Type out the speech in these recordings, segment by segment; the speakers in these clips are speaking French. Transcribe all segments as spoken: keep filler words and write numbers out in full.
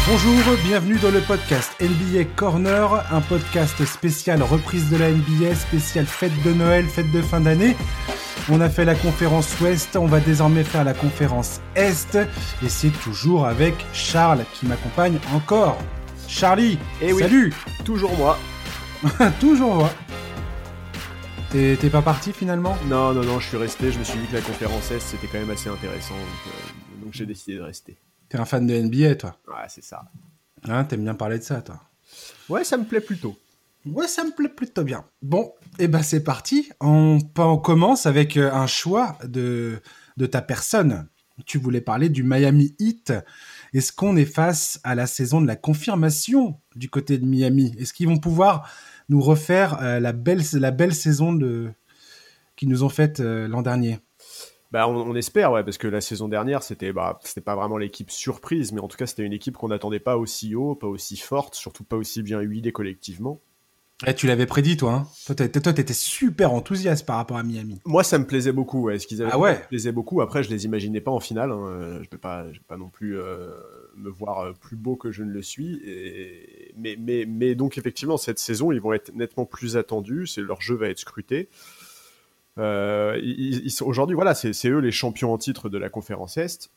Bonjour, bienvenue dans le podcast N B A Corner, un podcast spécial reprise de la N B A, spécial fête de Noël, fête de fin d'année. On a fait la conférence Ouest, on va désormais faire la conférence Est, et c'est toujours avec Charles qui m'accompagne encore. Charlie, eh oui, salut. Toujours moi. Toujours moi. T'es, t'es pas parti finalement ? Non, non, non, je suis resté, je me suis dit que la conférence Est c'était quand même assez intéressant, donc, euh, donc j'ai décidé de rester. T'es un fan de N B A toi ? Ouais, c'est ça. Hein, t'aimes bien parler de ça toi ? Ouais, ça me plaît plutôt. Ouais, ça me plaît plutôt bien. Bon, et eh ben c'est parti. On, on commence avec un choix de, de ta personne. Tu voulais parler du Miami Heat. Est-ce qu'on est face à la saison de la confirmation du côté de Miami ? Est-ce qu'ils vont pouvoir nous refaire euh, la, belle, la belle saison de, qu'ils nous ont faite euh, l'an dernier ? Bah, on, on espère, ouais, parce que la saison dernière, c'était, bah, c'était pas vraiment l'équipe surprise, mais en tout cas, c'était une équipe qu'on n'attendait pas aussi haut, pas aussi forte, surtout pas aussi bien huilée collectivement. Eh, tu l'avais prédit, toi. Hein toi, t'étais, toi, t'étais super enthousiaste par rapport à Miami. Moi, ça me plaisait beaucoup. Ouais. Ce qu'ils avaient ah ouais. fait me plaisait beaucoup. Après, je les imaginais pas en finale. Hein. Je peux pas, je peux pas non plus euh, me voir plus beau que je ne le suis. Et... Mais, mais, mais donc, effectivement, cette saison, ils vont être nettement plus attendus. C'est, leur jeu va être scruté. Euh, ils, ils sont, aujourd'hui, voilà, c'est, c'est eux les champions en titre de la conférence Est.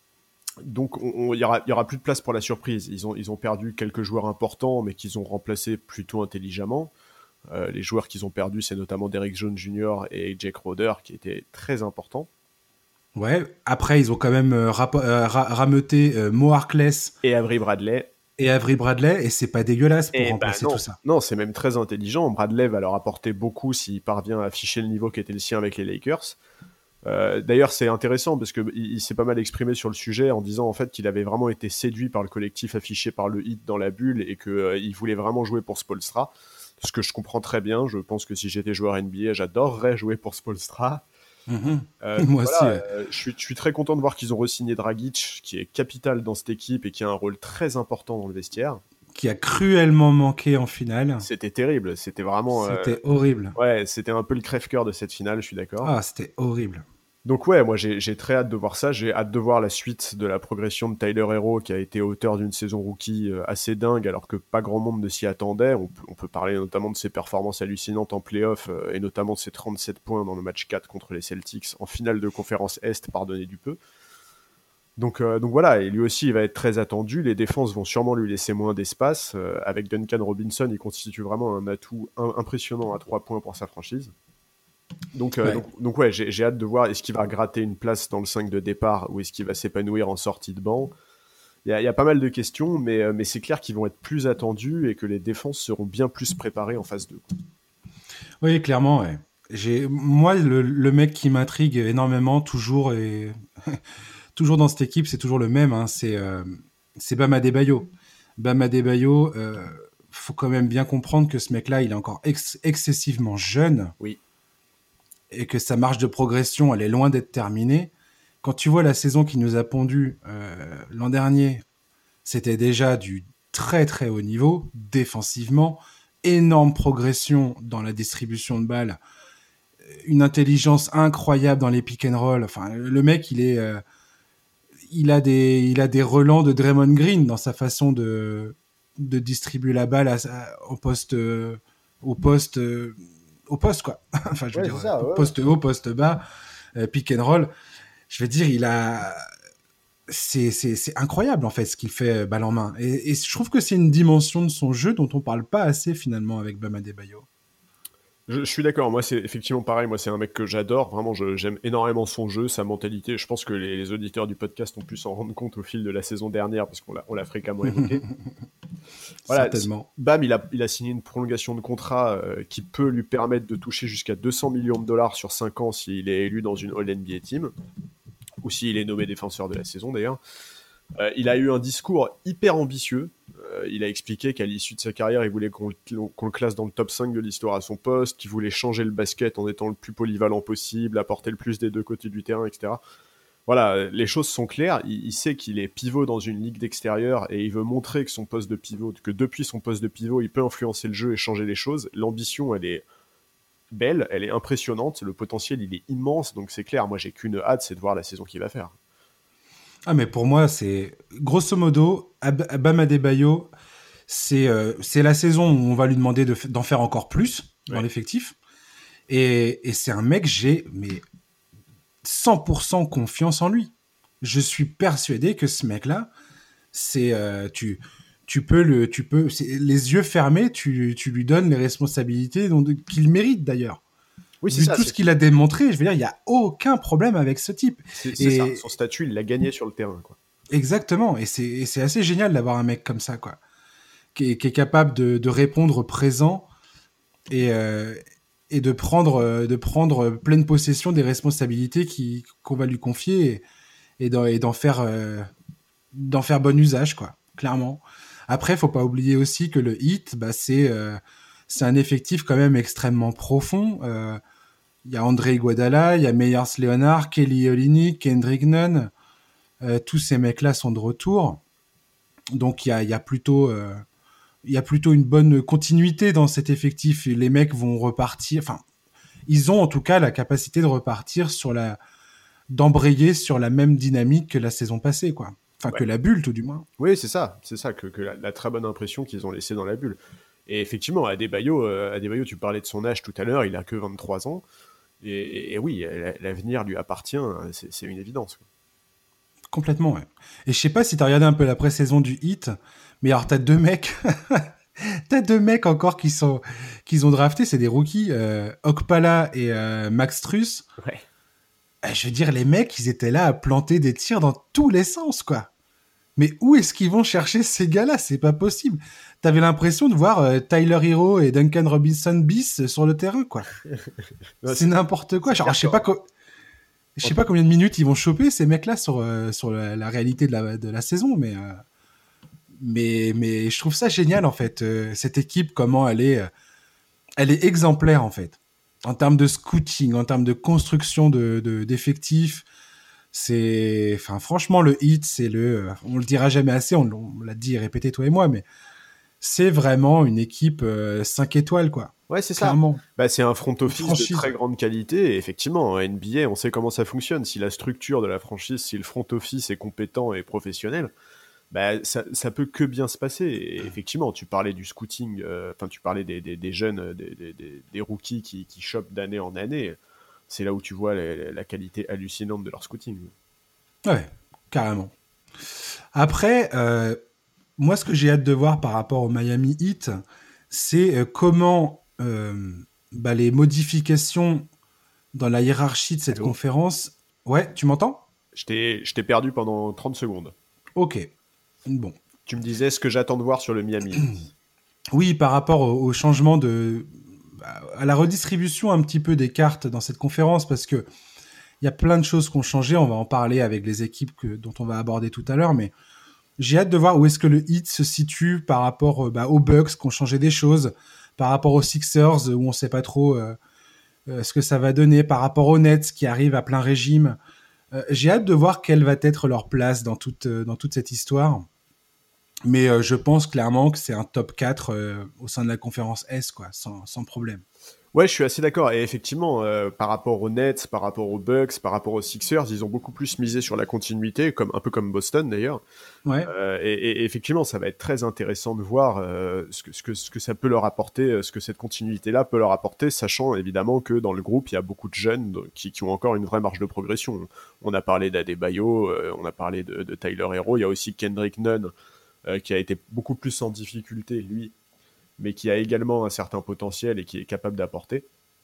Donc, il y aura, y aura plus de place pour la surprise. Ils ont, ils ont perdu quelques joueurs importants, mais qu'ils ont remplacés plutôt intelligemment. Euh, les joueurs qu'ils ont perdus, c'est notamment Derrick Jones junior et Jake Roder, qui étaient très importants. Ouais, après, ils ont quand même euh, rap- euh, ra- rameuté euh, Mo Harkless et Avery Bradley. Et Avery Bradley, et c'est pas dégueulasse pour et remplacer bah non, tout ça. Non, c'est même très intelligent. Bradley va leur apporter beaucoup s'il parvient à afficher le niveau qui était le sien avec les Lakers. Euh, d'ailleurs, c'est intéressant parce qu'il il s'est pas mal exprimé sur le sujet en disant en fait qu'il avait vraiment été séduit par le collectif affiché par le Heat dans la bulle et qu'il euh, voulait vraiment jouer pour Spoelstra. Ce que je comprends très bien. Je pense que si j'étais joueur N B A, j'adorerais jouer pour Spoelstra. Mmh. Euh, Moi voilà, aussi. Ouais. Euh, je, suis, je suis très content de voir qu'ils ont re-signé Dragic, qui est capital dans cette équipe et qui a un rôle très important dans le vestiaire. Qui a cruellement manqué en finale. C'était terrible. C'était vraiment. C'était euh, horrible. Ouais, c'était un peu le crève-cœur de cette finale, je suis d'accord. Ah, c'était horrible. Donc ouais, moi j'ai, j'ai très hâte de voir ça. J'ai hâte de voir la suite de la progression de Tyler Herro, qui a été auteur d'une saison rookie assez dingue, alors que pas grand monde ne s'y attendait. On, on peut parler notamment de ses performances hallucinantes en play-off, euh, et notamment de ses trente-sept points dans le match quatre contre les Celtics, en finale de conférence Est, pardonnez du peu. Donc, euh, donc voilà, et lui aussi il va être très attendu. Les défenses vont sûrement lui laisser moins d'espace. Euh, avec Duncan Robinson, il constitue vraiment un atout un, impressionnant à trois points pour sa franchise. Donc, euh, ouais. donc, donc ouais, j'ai, j'ai hâte de voir est-ce qu'il va gratter une place dans le cinq de départ ou est-ce qu'il va s'épanouir en sortie de banc. Il y a, il y a pas mal de questions, mais, mais c'est clair qu'ils vont être plus attendus et que les défenses seront bien plus préparées en phase deux. Oui, clairement, ouais. J'ai, moi, le, le mec qui m'intrigue énormément, toujours, et toujours dans cette équipe, c'est toujours le même, hein, c'est, euh, c'est Bam Adebayo. Bam Adebayo, euh, faut quand même bien comprendre que ce mec-là, il est encore ex- excessivement jeune. Oui. Et que sa marge de progression, elle est loin d'être terminée. Quand tu vois la saison qu'il nous a pondue euh, l'an dernier, c'était déjà du très très haut niveau, défensivement, énorme progression dans la distribution de balles, une intelligence incroyable dans les pick and roll. Enfin, le mec, il est, euh, il a des, il a des relents de Draymond Green dans sa façon de de distribuer la balle à, à, au poste, euh, au poste. Euh, au poste quoi enfin je veux ouais, dire ça, ouais. poste haut poste bas euh, pick and roll, je veux dire il a c'est c'est c'est incroyable en fait ce qu'il fait balle en main, et, et je trouve que c'est une dimension de son jeu dont on parle pas assez finalement avec Bam Adebayo. Je, je suis d'accord, moi c'est effectivement pareil, moi c'est un mec que j'adore, vraiment je, j'aime énormément son jeu, sa mentalité. Je pense que les, les auditeurs du podcast ont pu s'en rendre compte au fil de la saison dernière parce qu'on l'a, on l'a fréquemment évoqué. Voilà, certainement. Bam, il a, il a signé une prolongation de contrat euh, qui peut lui permettre de toucher jusqu'à deux cents millions de dollars sur cinq ans s'il est élu dans une All-N B A team, ou s'il est nommé défenseur de la saison d'ailleurs. Euh, il a eu un discours hyper ambitieux. Euh, il a expliqué qu'à l'issue de sa carrière, il voulait qu'on, qu'on le classe dans le top cinq de l'histoire à son poste, qu'il voulait changer le basket en étant le plus polyvalent possible, apporter le plus des deux côtés du terrain, et cetera. Voilà, les choses sont claires. Il, il sait qu'il est pivot dans une ligue d'extérieur et il veut montrer que son poste de pivot, que depuis son poste de pivot, il peut influencer le jeu et changer les choses. L'ambition, elle est belle, elle est impressionnante. Le potentiel, il est immense. Donc c'est clair, moi, j'ai qu'une hâte, c'est de voir la saison qu'il va faire. Ah, mais pour moi, c'est grosso modo, Ab- Bam Adebayo, c'est euh, c'est la saison où on va lui demander de f- d'en faire encore plus dans Ouais. l'effectif. Et, et c'est un mec, j'ai mais cent pour cent confiance en lui. Je suis persuadé que ce mec-là, c'est euh, tu tu peux le tu peux c'est- les yeux fermés, tu, tu lui donnes les responsabilités dont, qu'il mérite d'ailleurs. Oui, c'est Vu ça, tout c'est ce qu'il a démontré, je veux dire, il y a aucun problème avec ce type. c'est- c'est ça. Et Son statut, il l'a gagné sur le terrain, quoi. exactement, et c'est et c'est assez génial d'avoir un mec comme ça, quoi, qui est, qui est capable de, de répondre présent et euh, et de prendre euh, de prendre pleine possession des responsabilités qui qu'on va lui confier et, et d'en, et d'en faire euh, d'en faire bon usage, quoi, clairement. Après, faut pas oublier aussi que le Heat, bah, c'est euh, c'est un effectif quand même extrêmement profond. Euh, Il y a André Iguodala, il y a Meyers Leonard, Kelly Olynyk, Kendrick Nunn. Euh, tous ces mecs-là sont de retour. Donc il y a, il y a plutôt euh, il y a plutôt une bonne continuité dans cet effectif. Et les mecs vont repartir. Enfin, ils ont en tout cas la capacité de repartir sur la d'embrayer sur la même dynamique que la saison passée, quoi. Enfin, que Ouais. la bulle, tout du moins. Oui, c'est ça, c'est ça, que, que la, la très bonne impression qu'ils ont laissée dans la bulle. Et effectivement, Adebayo, euh, Adebayo, tu parlais de son âge tout à l'heure, il a que vingt-trois ans. Et, et- et oui, la- l'avenir lui appartient, c'est c'est une évidence, quoi. Complètement, ouais. Et je sais pas si t'as regardé un peu la pré-saison du Heat, mais alors t'as deux mecs, t'as deux mecs encore qui sont, qu'ils ont drafté, c'est des rookies, euh, Okpala et euh, Max Truss. Ouais. Euh, Je veux dire, les mecs, ils étaient là à planter des tirs dans tous les sens, quoi. Mais où est-ce qu'ils vont chercher ces gars-là? C'est pas possible. T'avais l'impression de voir euh, Tyler Hero et Duncan Robinson bis sur le terrain, quoi. Non, C'est c'est n'importe quoi. c'est Genre, clair je que sais pas co- je sais pas combien de minutes ils vont choper ces mecs-là sur euh, sur la, la réalité de la de la saison, mais euh, mais mais je trouve ça génial en fait. Euh, cette équipe, comment elle est, euh, elle est exemplaire en fait. En termes de scouting, en termes de construction de, de d'effectifs, c'est, enfin franchement le hit, c'est le, on le dira jamais assez, on, on l'a dit et répété toi et moi, mais c'est vraiment une équipe euh, cinq étoiles quoi, Ouais, c'est ça. clairement, Bah, c'est un front une office de franchise. très grande qualité. Et effectivement, en N B A, on sait comment ça fonctionne. Si la structure de la franchise, si le front office est compétent et professionnel, bah, ça, ça peut que bien se passer. Et effectivement, tu parlais du scouting, euh, enfin, tu parlais des, des, des jeunes, euh, des, des, des- des rookies qui, qui chopent d'année en année. C'est là où tu vois la, la qualité hallucinante de leur scouting. Ouais, carrément. Après, euh, moi ce que j'ai hâte de voir par rapport au Miami Heat, c'est euh, comment euh, bah, les modifications dans la hiérarchie de cette Allô? conférence. Ouais, tu m'entends? Je t'ai je t'ai perdu pendant trente secondes. Ok. Bon. Tu me disais ce que j'attends de voir sur le Miami Heat. Oui, par rapport au, au changement de, à la redistribution un petit peu des cartes dans cette conférence, parce que il y a plein de choses qui ont changé. On va en parler avec les équipes que, dont on va aborder tout à l'heure, mais j'ai hâte de voir où est-ce que le Heat se situe par rapport euh, bah, aux Bucks qui ont changé des choses, par rapport aux Sixers où on sait pas trop euh, euh, ce que ça va donner, par rapport aux Nets qui arrivent à plein régime. Euh, j'ai hâte de voir quelle va être leur place dans toute, euh, dans toute cette histoire. Mais euh, je pense clairement que c'est un top quatre euh, au sein de la conférence S, quoi, sans, sans problème. Ouais, je suis assez d'accord. Et effectivement, euh, par rapport aux Nets, par rapport aux Bucks, par rapport aux Sixers, ils ont beaucoup plus misé sur la continuité, comme un peu comme Boston d'ailleurs. Ouais, Euh, et, et- et effectivement, ça va être très intéressant de voir euh, ce, que, ce, que, ce que ça peut leur apporter, euh, ce que cette continuité-là peut leur apporter, sachant évidemment que dans le groupe, il y a beaucoup de jeunes donc, qui, qui ont encore une vraie marge de progression. On a parlé d'Adebayo, euh, on a parlé de, de Tyler Hero, il y a aussi Kendrick Nunn, euh, qui a été beaucoup plus en difficulté, lui, mais qui a également un certain potentiel et qui est capable d'apporter.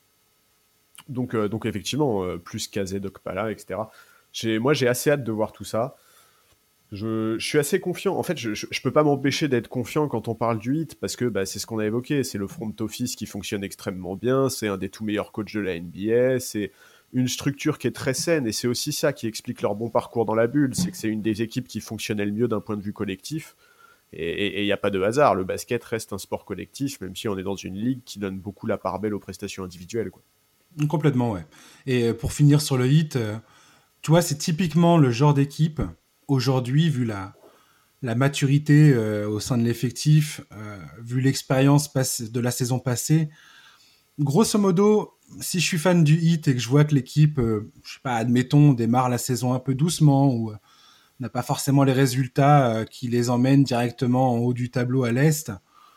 Donc, euh, donc effectivement, euh, plus Kazé, Dokpala, et cetera. J'ai, moi, j'ai assez hâte de voir tout ça. Je, je suis assez confiant. En fait, je, je, je peux pas m'empêcher d'être confiant quand on parle du hit parce que bah, c'est ce qu'on a évoqué. C'est le front office qui fonctionne extrêmement bien. C'est un des tout meilleurs coachs de la N B A. C'est une structure qui est très saine et c'est aussi ça qui explique leur bon parcours dans la bulle. C'est que c'est une des équipes qui fonctionnait le mieux d'un point de vue collectif. Et il n'y a pas de hasard. Le basket reste un sport collectif, même si on est dans une ligue qui donne beaucoup la part belle aux prestations individuelles, quoi. complètement, ouais. Et euh, pour finir sur le hit, euh, tu vois, c'est typiquement le genre d'équipe, aujourd'hui, vu la, la maturité euh, au sein de l'effectif, euh, vu l'expérience passe- de la saison passée, grosso modo, si je suis fan du hit et que je vois que l'équipe, euh, je sais pas, admettons, démarre la saison un peu doucement ou n'a pas forcément les résultats euh, qui les emmènent directement en haut du tableau à l'Est.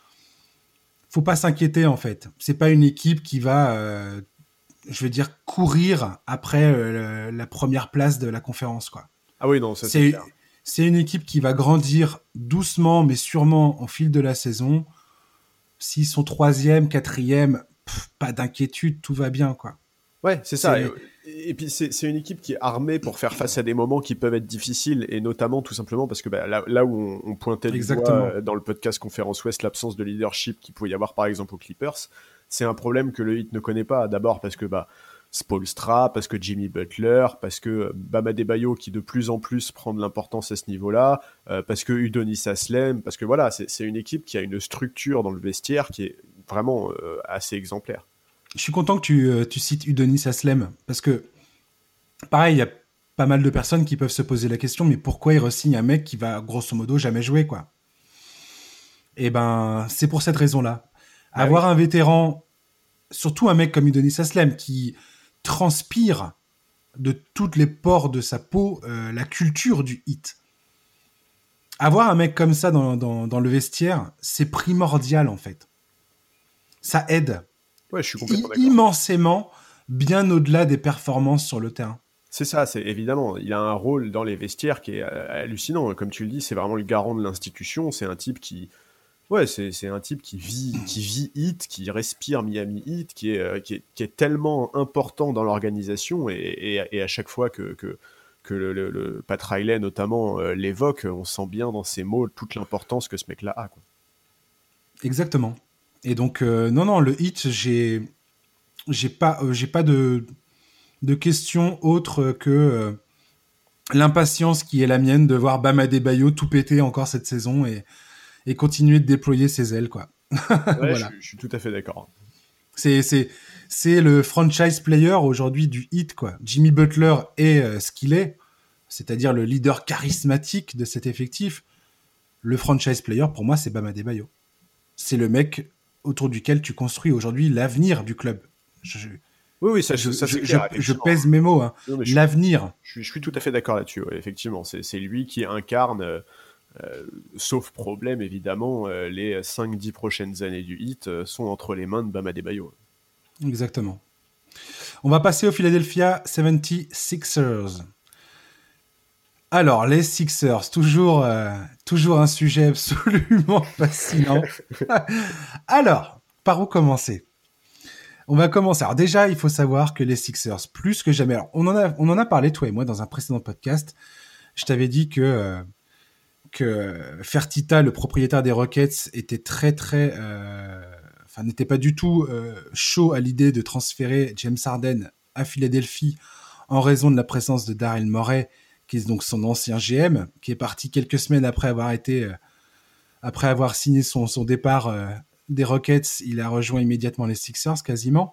Faut pas s'inquiéter en fait. C'est pas une équipe qui va, euh, je veux dire, courir après euh, la première place de la conférence, quoi. Ah oui, non, ça c'est, C'est, clair. c'est une équipe qui va grandir doucement, mais sûrement au fil de la saison. S'ils sont troisième, quatrième, pff, pas d'inquiétude, tout va bien, quoi. Ouais, c'est ça. C'est Et, et puis c'est, c'est une équipe qui est armée pour faire face à des moments qui peuvent être difficiles, et notamment tout simplement parce que bah, là, là où on, on pointait du exactement. doigt dans le podcast Conférence Ouest l'absence de leadership qu'il pouvait y avoir par exemple aux Clippers, c'est un problème que le Heat ne connaît pas. D'abord parce que bah, Spoelstra, parce que Jimmy Butler, parce que Bam Adebayo qui de plus en plus prend de l'importance à ce niveau-là, euh, parce que Udonis Haslem, parce que voilà, c'est, c'est une équipe qui a une structure dans le vestiaire qui est vraiment euh, assez exemplaire. Je suis content que tu, euh, tu cites Udonis Haslem, parce que, pareil, il y a pas mal de personnes qui peuvent se poser la question, mais pourquoi il re-signe un mec qui va, grosso modo, jamais jouer, quoi? Eh ben, c'est pour cette raison-là. Bah Avoir oui. un vétéran, surtout un mec comme Udonis Haslem, qui transpire de toutes les pores de sa peau euh, la culture du hit. Avoir un mec comme ça dans, dans, dans le vestiaire, c'est primordial, en fait. Ça aide Ouais, je suis complètement I- d'accord. immensément, bien au-delà des performances sur le terrain. C'est ça, c'est évidemment, il a un rôle dans les vestiaires qui est euh, hallucinant. Comme tu le dis, c'est vraiment le garant de l'institution. C'est un type qui, ouais, c'est, c'est un type qui vit, qui vit Heat, qui respire Miami Heat, qui est, euh, qui est, qui est tellement important dans l'organisation. Et, et, et à chaque fois que, que, que le, le, le Pat Riley notamment euh, l'évoque, on sent bien dans ses mots toute l'importance que ce mec-là a, quoi. Exactement. Et donc, euh, non, non, le hit, j'ai, j'ai pas, euh, j'ai pas de, de questions autres que euh, l'impatience qui est la mienne de voir Bam Adebayo tout péter encore cette saison et, et continuer de déployer ses ailes, quoi. Ouais, je, Voilà. suis- je suis tout à fait d'accord. C'est, c'est, c'est le franchise player aujourd'hui du hit, quoi. Jimmy Butler est euh, ce qu'il est, c'est-à-dire le leader charismatique de cet effectif. Le franchise player, pour moi, c'est Bam Adebayo. C'est le mec autour duquel tu construis aujourd'hui l'avenir du club. Je, je, Oui, oui, ça, je, ça je, c'est je, clair, je effectivement. pèse mes mots, hein. Non, mais je, L'avenir. je suis, je suis tout à fait d'accord là-dessus, ouais, effectivement. C'est, c'est lui qui incarne, euh, euh, sauf problème évidemment, euh, les cinq dix prochaines années du Heat euh, sont entre les mains de Bam Adebayo. Exactement. On va passer aux Philadelphia soixante-sixers. Alors, les Sixers, toujours, euh, toujours un sujet absolument fascinant. Alors, par où commencer? On va commencer. Alors déjà, il faut savoir que les Sixers, plus que jamais, alors on en a, on en a parlé toi et moi dans un précédent podcast. Je t'avais dit que euh, que Fertitta, le propriétaire des Rockets, était très très, euh, enfin n'était pas du tout euh, chaud à l'idée de transférer James Harden à Philadelphie en raison de la présence de Daryl Morey, qui est donc son ancien G M, qui est parti quelques semaines après avoir été, euh, après avoir signé son, son départ euh, des Rockets, il a rejoint immédiatement les Sixers quasiment.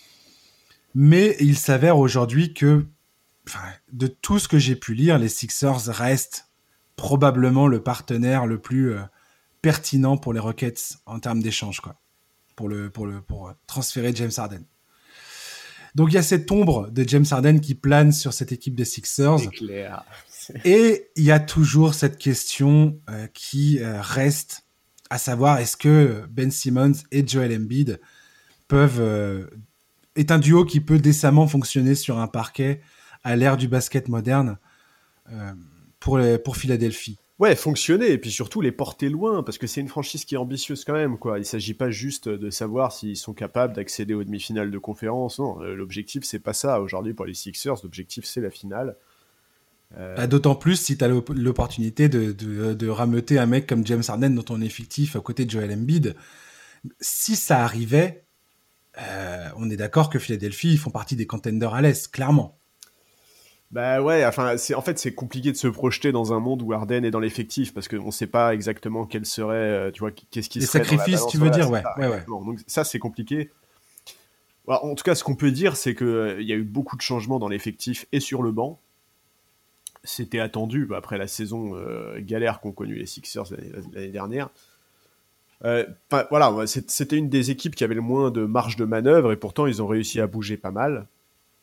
Mais il s'avère aujourd'hui que, enfin, de tout ce que j'ai pu lire, les Sixers restent probablement le partenaire le plus euh, pertinent pour les Rockets en termes d'échange, quoi, pour le pour le pour euh, transférer James Harden. Donc il y a cette ombre de James Harden qui plane sur cette équipe des Sixers. C'est clair. Et il y a toujours cette question euh, qui euh, reste, à savoir est-ce que Ben Simmons et Joel Embiid peuvent euh, est un duo qui peut décemment fonctionner sur un parquet à l'ère du basket moderne euh, pour les, pour Philadelphie. Ouais, fonctionner, et puis surtout les porter loin, parce que c'est une franchise qui est ambitieuse quand même, quoi. Il s'agit pas juste de savoir s'ils sont capables d'accéder aux demi-finales de conférence, non. L'objectif, c'est pas ça. Aujourd'hui, pour les Sixers, l'objectif, c'est la finale. Euh... Bah, d'autant plus si tu as l'opportunité de, de, de rameuter un mec comme James Harden dans ton effectif à côté de Joel Embiid. Si ça arrivait, euh, on est d'accord que Philadelphie, ils font partie des contenders à l'Est, clairement. Bah ouais, enfin, c'est, en fait, c'est compliqué de se projeter dans un monde où Harden est dans l'effectif, parce qu'on sait pas exactement quel serait, euh, tu vois, qu'est-ce qui Les serait dans la sacrifices, balance. tu veux Voilà, dire, c'est ouais, ça, ouais, ouais. exactement. Donc ça, c'est compliqué. Alors, en tout cas, ce qu'on peut dire, c'est qu'il euh, y a eu beaucoup de changements dans l'effectif et sur le banc. C'était attendu bah, après la saison euh, galère qu'ont connue les Sixers l'année, l'année dernière. Euh, voilà, c'était une des équipes qui avait le moins de marge de manœuvre, et pourtant ils ont réussi à bouger pas mal.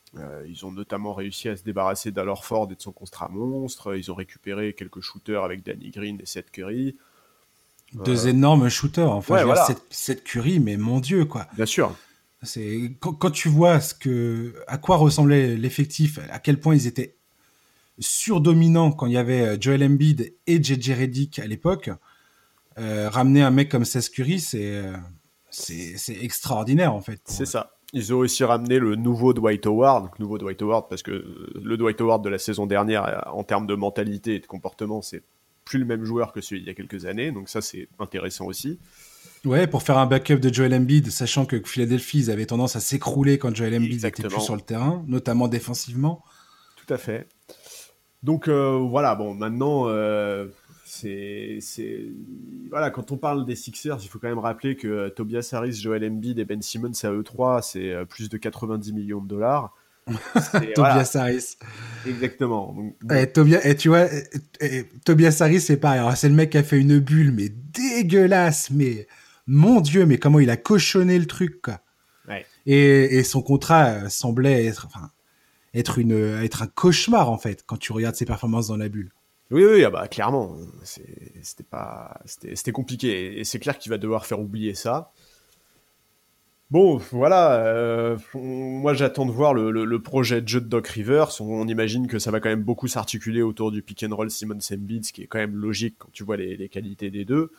Euh, ils ont notamment réussi à se débarrasser d'Al Horford et de son contrat monstre. Ils ont récupéré quelques shooters avec Danny Green et Seth Curry. Deux Euh, énormes shooters. Enfin, ouais, je veux dire, voilà, cette, cette Curry, mais mon Dieu, quoi. bien sûr. C'est quand, quand tu vois ce que, à quoi ressemblait l'effectif, à quel point ils étaient surdominants quand il y avait Joel Embiid et J J Redick à l'époque. Euh, ramener un mec comme Seth Curry, c'est, euh, c'est, c'est extraordinaire en fait. C'est Pour eux. ça. Ils ont aussi ramené le nouveau Dwight Howard, donc nouveau Dwight Howard parce que le Dwight Howard de la saison dernière, en termes de mentalité et de comportement, c'est plus le même joueur que celui d'il y a quelques années, donc ça c'est intéressant aussi. Ouais, pour faire un backup de Joel Embiid, sachant que Philadelphie, ils avaient tendance à s'écrouler quand Joel Embiid était plus sur Exactement, le terrain, notamment défensivement. tout à fait. Donc euh, voilà, bon, maintenant, euh, c'est, c'est... Voilà, quand on parle des Sixers, il faut quand même rappeler que euh, Tobias Harris, Joel Embiid et Ben Simmons à eux trois, c'est euh, plus de quatre-vingt-dix millions de dollars. C'est, voilà, Tobias Harris. exactement. Donc, bon, Et, Tobias, et tu vois, et, et, Tobias Harris, c'est pareil. Alors, c'est le mec qui a fait une bulle, mais dégueulasse. Mais mon Dieu, mais comment il a cochonné le truc, quoi. ouais. Et, et son contrat euh, semblait être, enfin, être, une, être un cauchemar, en fait, quand tu regardes ses performances dans la bulle. Oui, oui, ah bah, clairement, c'est- c'était pas, c'était, c'était compliqué. Et c'est clair qu'il va devoir faire oublier ça. Bon, voilà. euh, on- moi, j'attends de voir le, le- le projet de jeu de Doc Rivers. On, on imagine que ça va quand même beaucoup s'articuler autour du pick and roll Simmons Embiid, ce qui est quand même logique quand tu vois les, les qualités des deux.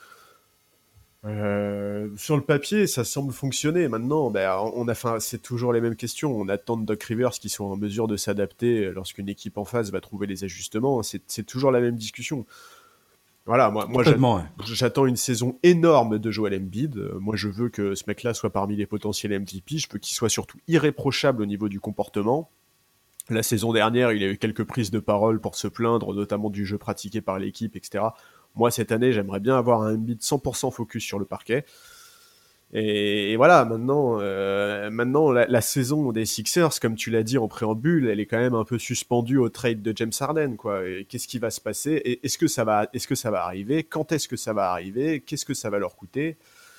Euh, sur le papier, ça semble fonctionner. Maintenant, ben, on a, enfin, c'est toujours les mêmes questions. On attend de Doc Rivers qui soit en mesure de s'adapter lorsqu'une équipe en face va trouver les ajustements. C'est, c'est toujours la même discussion. Voilà, moi, moi j'a- Complètement, ouais. j'attends une saison énorme de Joel Embiid. Euh, moi, je veux que ce mec-là soit parmi les potentiels M V P. Je veux qu'il soit surtout irréprochable au niveau du comportement. La saison dernière, il a eu quelques prises de parole pour se plaindre, notamment du jeu pratiqué par l'équipe, et cetera. Moi, cette année, j'aimerais bien avoir un Embiid cent pour cent focus sur le parquet. Et, et voilà, maintenant, euh, maintenant la, la saison des Sixers, comme tu l'as dit en préambule, elle est quand même un peu suspendue au trade de James Harden, quoi. Et qu'est-ce qui va se passer? Et est-ce que ça va, est-ce que ça va arriver? Quand est-ce que ça va arriver? Qu'est-ce que ça va leur coûter?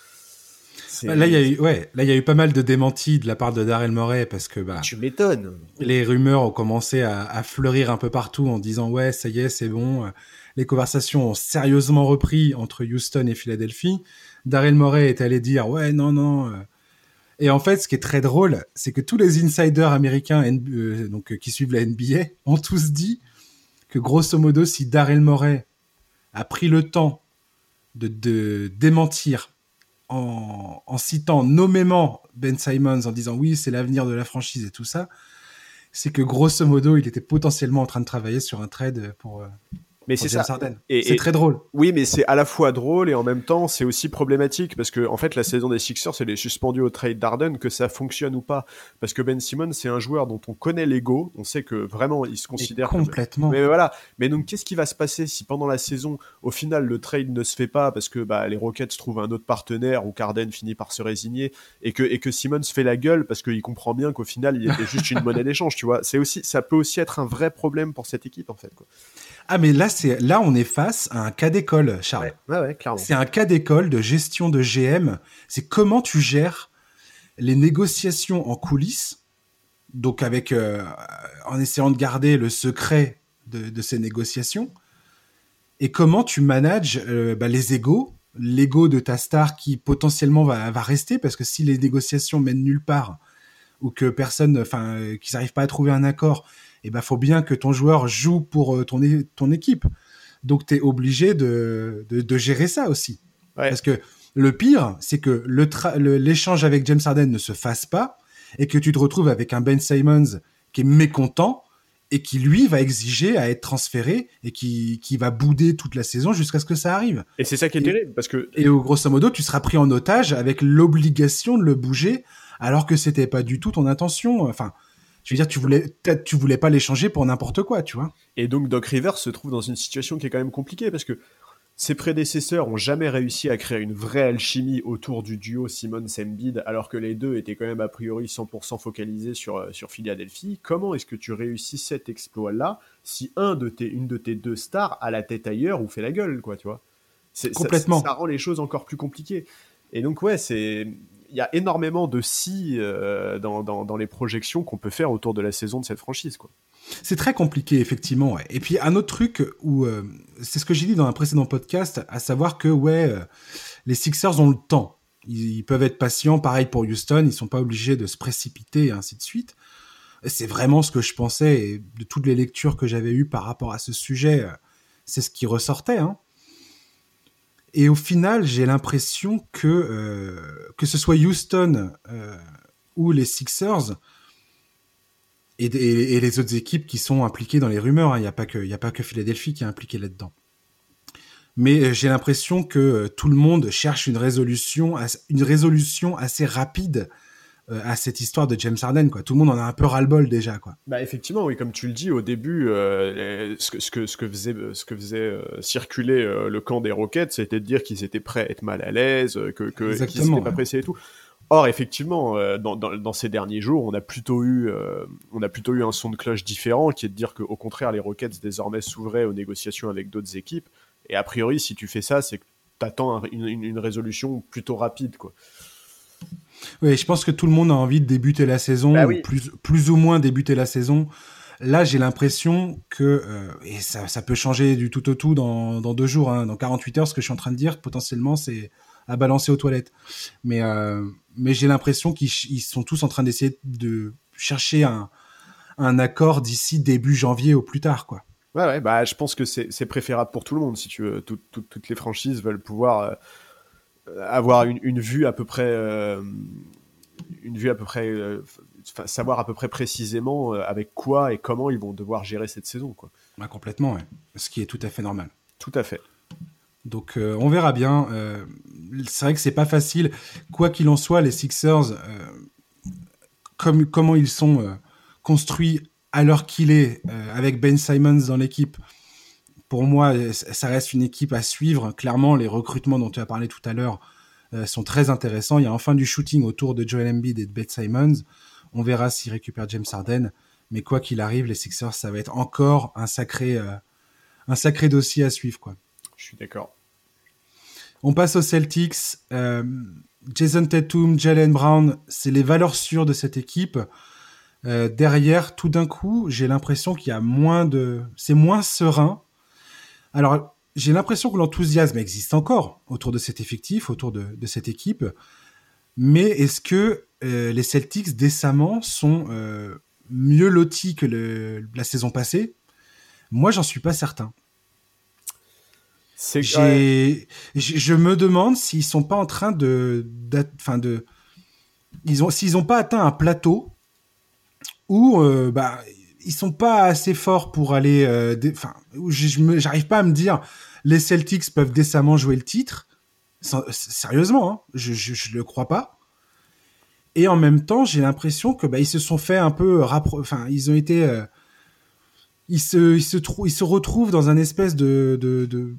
Là, il y C'est, a eu, ouais, là, il y a eu pas mal de démentis de la part de Daryl Morey parce que, bah, tu m'étonnes. les rumeurs ont commencé à, à fleurir un peu partout en disant ouais, ça y est, c'est bon. Les conversations ont sérieusement repris entre Houston et Philadelphie. Daryl Morey est allé dire ouais, non, non. Et en fait, ce qui est très drôle, c'est que tous les insiders américains euh, donc, euh, qui suivent la N B A ont tous dit que grosso modo, si Daryl Morey a pris le temps de, de démentir en, en citant nommément Ben Simmons en disant oui, c'est l'avenir de la franchise et tout ça, c'est que grosso modo, il était potentiellement en train de travailler sur un trade pour, euh, Mais pour c'est James ça. Harden. Et, C'est et très drôle. oui, mais c'est à la fois drôle et en même temps, c'est aussi problématique parce que, en fait, la saison des Sixers, elle est suspendue au trade d'Arden, que ça fonctionne ou pas. Parce que Ben Simmons, c'est un joueur dont on connaît l'ego. On sait que vraiment, il se Et considère comme. complètement. Mais voilà. Mais donc, qu'est-ce qui va se passer si pendant la saison, au final, le trade ne se fait pas parce que bah, les Rockets trouvent un autre partenaire ou qu'Arden finit par se résigner et que, et que Simmons fait la gueule parce qu'il comprend bien qu'au final, il était juste une monnaie d'échange, tu vois. C'est aussi, ça peut aussi être un vrai problème pour cette équipe, en fait, quoi. Ah, mais là, c'est, là, on est face à un cas d'école, Charles. Ouais, ouais, ouais, clairement. C'est un cas d'école de gestion de G M. C'est comment tu gères les négociations en coulisses, donc avec, euh, en essayant de garder le secret de, de ces négociations, et comment tu manages euh, bah, les égos, l'ego de ta star qui potentiellement va, va rester, parce que si les négociations mènent nulle part, ou que personne, enfin, euh, qu'ils n'arrivent pas à trouver un accord, et ben faut bien que ton joueur joue pour euh, ton, é- ton équipe. Donc tu es obligé de, de, de gérer ça aussi. Ouais. Parce que le pire, c'est que le tra- le, l'échange avec James Harden ne se fasse pas, et que tu te retrouves avec un Ben Simmons qui est mécontent, et qui lui va exiger à être transféré, et qui, qui va bouder toute la saison jusqu'à ce que ça arrive. Et c'est ça qui est Et- terrible parce que Et au grosso modo, tu seras pris en otage avec l'obligation de le bouger, alors que c'était pas du tout ton intention. Enfin, je veux dire, tu voulais, peut-être tu voulais pas l'échanger pour n'importe quoi, tu vois. Et donc Doc Rivers se trouve dans une situation qui est quand même compliquée parce que ses prédécesseurs ont jamais réussi à créer une vraie alchimie autour du duo Simmons-Embiid alors que les deux étaient quand même a priori cent pour cent focalisés sur, euh, sur Philadelphie. Comment est-ce que tu réussis cet exploit-là si un de tes, une de tes deux stars a la tête ailleurs ou fait la gueule, quoi, tu vois? C'est, ça, Complètement. ça rend les choses encore plus compliquées. Et donc ouais, c'est... il y a énormément de si euh, dans, dans, dans les projections qu'on peut faire autour de la saison de cette franchise, quoi. C'est très compliqué, effectivement. Ouais. Et puis, un autre truc où... Euh, c'est ce que j'ai dit dans un précédent podcast, à savoir que, ouais, euh, les Sixers ont le temps. Ils, ils peuvent être patients. Pareil pour Houston, ils sont pas obligés de se précipiter, et ainsi de suite. Et c'est vraiment ce que je pensais, et de toutes les lectures que j'avais eues par rapport à ce sujet, euh, c'est ce qui ressortait, hein. Et au final, j'ai l'impression que, euh, que ce soit Houston euh, ou les Sixers... Et, et, et les autres équipes qui sont impliquées dans les rumeurs, il hein. n'y a pas que, il y a pas que Philadelphie qui est impliquée là-dedans. Mais euh, j'ai l'impression que euh, tout le monde cherche une résolution, une résolution assez rapide euh, à cette histoire de James Harden, quoi. Tout le monde en a un peu ras-le-bol déjà, quoi. Bah effectivement, oui, comme tu le dis au début, euh, ce, que, ce, que, ce que faisait, ce que faisait euh, circuler euh, le camp des Rockets, c'était de dire qu'ils étaient prêts à être mal à l'aise, que, que, qu'ils n'étaient pas ouais. pressés et tout. Or, effectivement, euh, dans, dans, dans ces derniers jours, on a plutôt eu, euh, on a plutôt eu un son de cloche différent, qui est de dire qu'au contraire, les Rockets désormais s'ouvraient aux négociations avec d'autres équipes. Et a priori, si tu fais ça, c'est que tu attends une, une, une résolution plutôt rapide, quoi. Oui, je pense que tout le monde a envie de débuter la saison, bah ou oui. plus, plus ou moins débuter la saison. Là, j'ai l'impression que, euh, et ça, ça peut changer du tout au tout dans, dans deux jours, hein, dans quarante-huit heures, ce que je suis en train de dire, potentiellement, c'est à balancer aux toilettes. Mais, euh, mais j'ai l'impression qu'ils ils sont tous en train d'essayer de chercher un, un accord d'ici début janvier au plus tard, quoi. Ouais, ouais, bah, je pense que c'est, c'est préférable pour tout le monde, si tu veux. Tout, tout, toutes les franchises veulent pouvoir euh, avoir une, une vue à peu près... Euh, une vue à peu près... Euh, savoir à peu près précisément euh, avec quoi et comment ils vont devoir gérer cette saison, quoi. Bah, complètement, ouais. Ce qui est tout à fait normal. Tout à fait. Donc euh, on verra bien. Euh, c'est vrai que c'est pas facile. Quoi qu'il en soit, les Sixers, euh, comme, comment ils sont euh, construits à l'heure qu'il est, euh, avec Ben Simmons dans l'équipe, pour moi, ça reste une équipe à suivre. Clairement, les recrutements dont tu as parlé tout à l'heure euh, sont très intéressants. Il y a enfin du shooting autour de Joel Embiid et de Ben Simmons. On verra s'ils récupèrent James Harden. Mais quoi qu'il arrive, les Sixers, ça va être encore un sacré, euh, un sacré dossier à suivre, quoi. Je suis d'accord. On passe aux Celtics. Euh, Jason Tatum, Jaylen Brown, c'est les valeurs sûres de cette équipe. Euh, derrière, tout d'un coup, j'ai l'impression qu'il y a moins de... C'est moins serein. Alors, j'ai l'impression que l'enthousiasme existe encore autour de cet effectif, autour de, de cette équipe. Mais est-ce que euh, les Celtics, décemment, sont euh, mieux lotis que le, la saison passée ? Moi, j'en suis pas certain. C'est... J'ai, ouais. Je me demande s'ils sont pas en train de, enfin de, ils ont, s'ils ont pas atteint un plateau où, euh, bah, ils sont pas assez forts pour aller, enfin, euh, je, je me, j'arrive pas à me dire, les Celtics peuvent décemment jouer le titre. Sans, sérieusement, hein, je, je, je le crois pas. Et en même temps, j'ai l'impression que, bah, ils se sont fait un peu, enfin, ils ont été, euh, ils se, ils se trou- ils se retrouvent dans un espèce de, de, de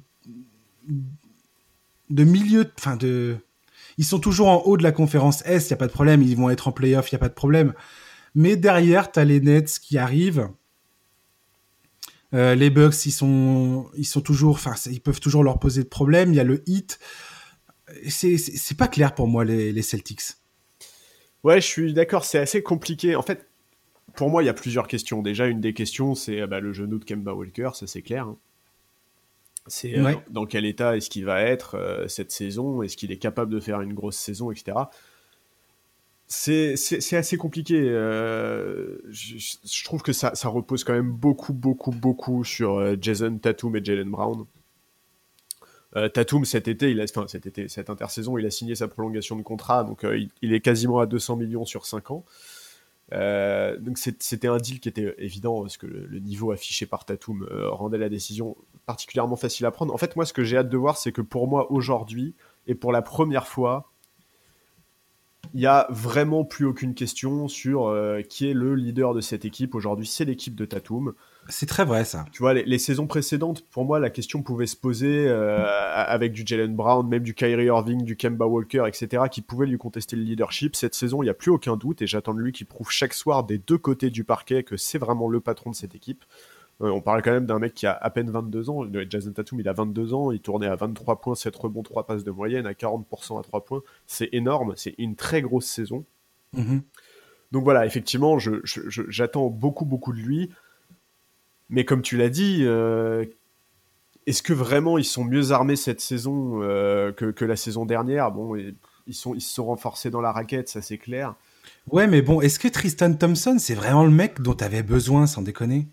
de milieu, enfin de, ils sont toujours en haut de la conférence Est, il y a pas de problème, ils vont être en play-off, il y a pas de problème. Mais derrière, t'as les Nets qui arrivent, euh, les Bucks, ils sont, ils sont toujours, enfin, ils peuvent toujours leur poser de problème. Il y a le Heat, c'est, c'est, c'est pas clair pour moi les, les Celtics. Ouais, je suis d'accord, c'est assez compliqué. En fait, pour moi, il y a plusieurs questions. Déjà, une des questions, c'est bah, le genou de Kemba Walker, ça c'est clair. Hein. C'est euh, Ouais. dans, dans quel état est-ce qu'il va être euh, cette saison, est-ce qu'il est capable de faire une grosse saison, et cetera. C'est, c'est, c'est assez compliqué. Euh, je, je trouve que ça, ça repose quand même beaucoup, beaucoup, beaucoup sur euh, Jason Tatum et Jaylen Brown. Euh, Tatum, cet été, il a, enfin, cet été, cette intersaison, il a signé sa prolongation de contrat, donc euh, il, il est quasiment à deux cents millions sur cinq ans. Euh, donc c'est, c'était un deal qui était évident parce que le, le niveau affiché par Tatum euh, rendait la décision particulièrement facile à prendre. En fait, moi, ce que j'ai hâte de voir, c'est que pour moi, aujourd'hui, et pour la première fois, il n'y a vraiment plus aucune question sur euh, qui est le leader de cette équipe. Aujourd'hui, c'est l'équipe de Tatum. C'est très vrai, ça. Tu vois, les, les saisons précédentes, pour moi, la question pouvait se poser euh, avec du Jaylen Brown, même du Kyrie Irving, du Kemba Walker, et cetera, qui pouvaient lui contester le leadership. Cette saison, il n'y a plus aucun doute, et j'attends de lui qu'il prouve chaque soir des deux côtés du parquet que c'est vraiment le patron de cette équipe. Euh, on parle quand même d'un mec qui a à peine vingt-deux ans. Jason Tatum, il a vingt-deux ans, il tournait à vingt-trois points, sept rebonds, trois passes de moyenne, à quarante pour cent à trois points. C'est énorme, c'est une très grosse saison. Mm-hmm. Donc voilà, effectivement, je, je, je, j'attends beaucoup, beaucoup de lui. Mais comme tu l'as dit, euh, est-ce que vraiment ils sont mieux armés cette saison euh, que, que la saison dernière? Bon, et, ils, sont, ils se sont renforcés dans la raquette, ça c'est clair. Ouais, mais bon, est-ce que Tristan Thompson, c'est vraiment le mec dont t'avais besoin, sans déconner?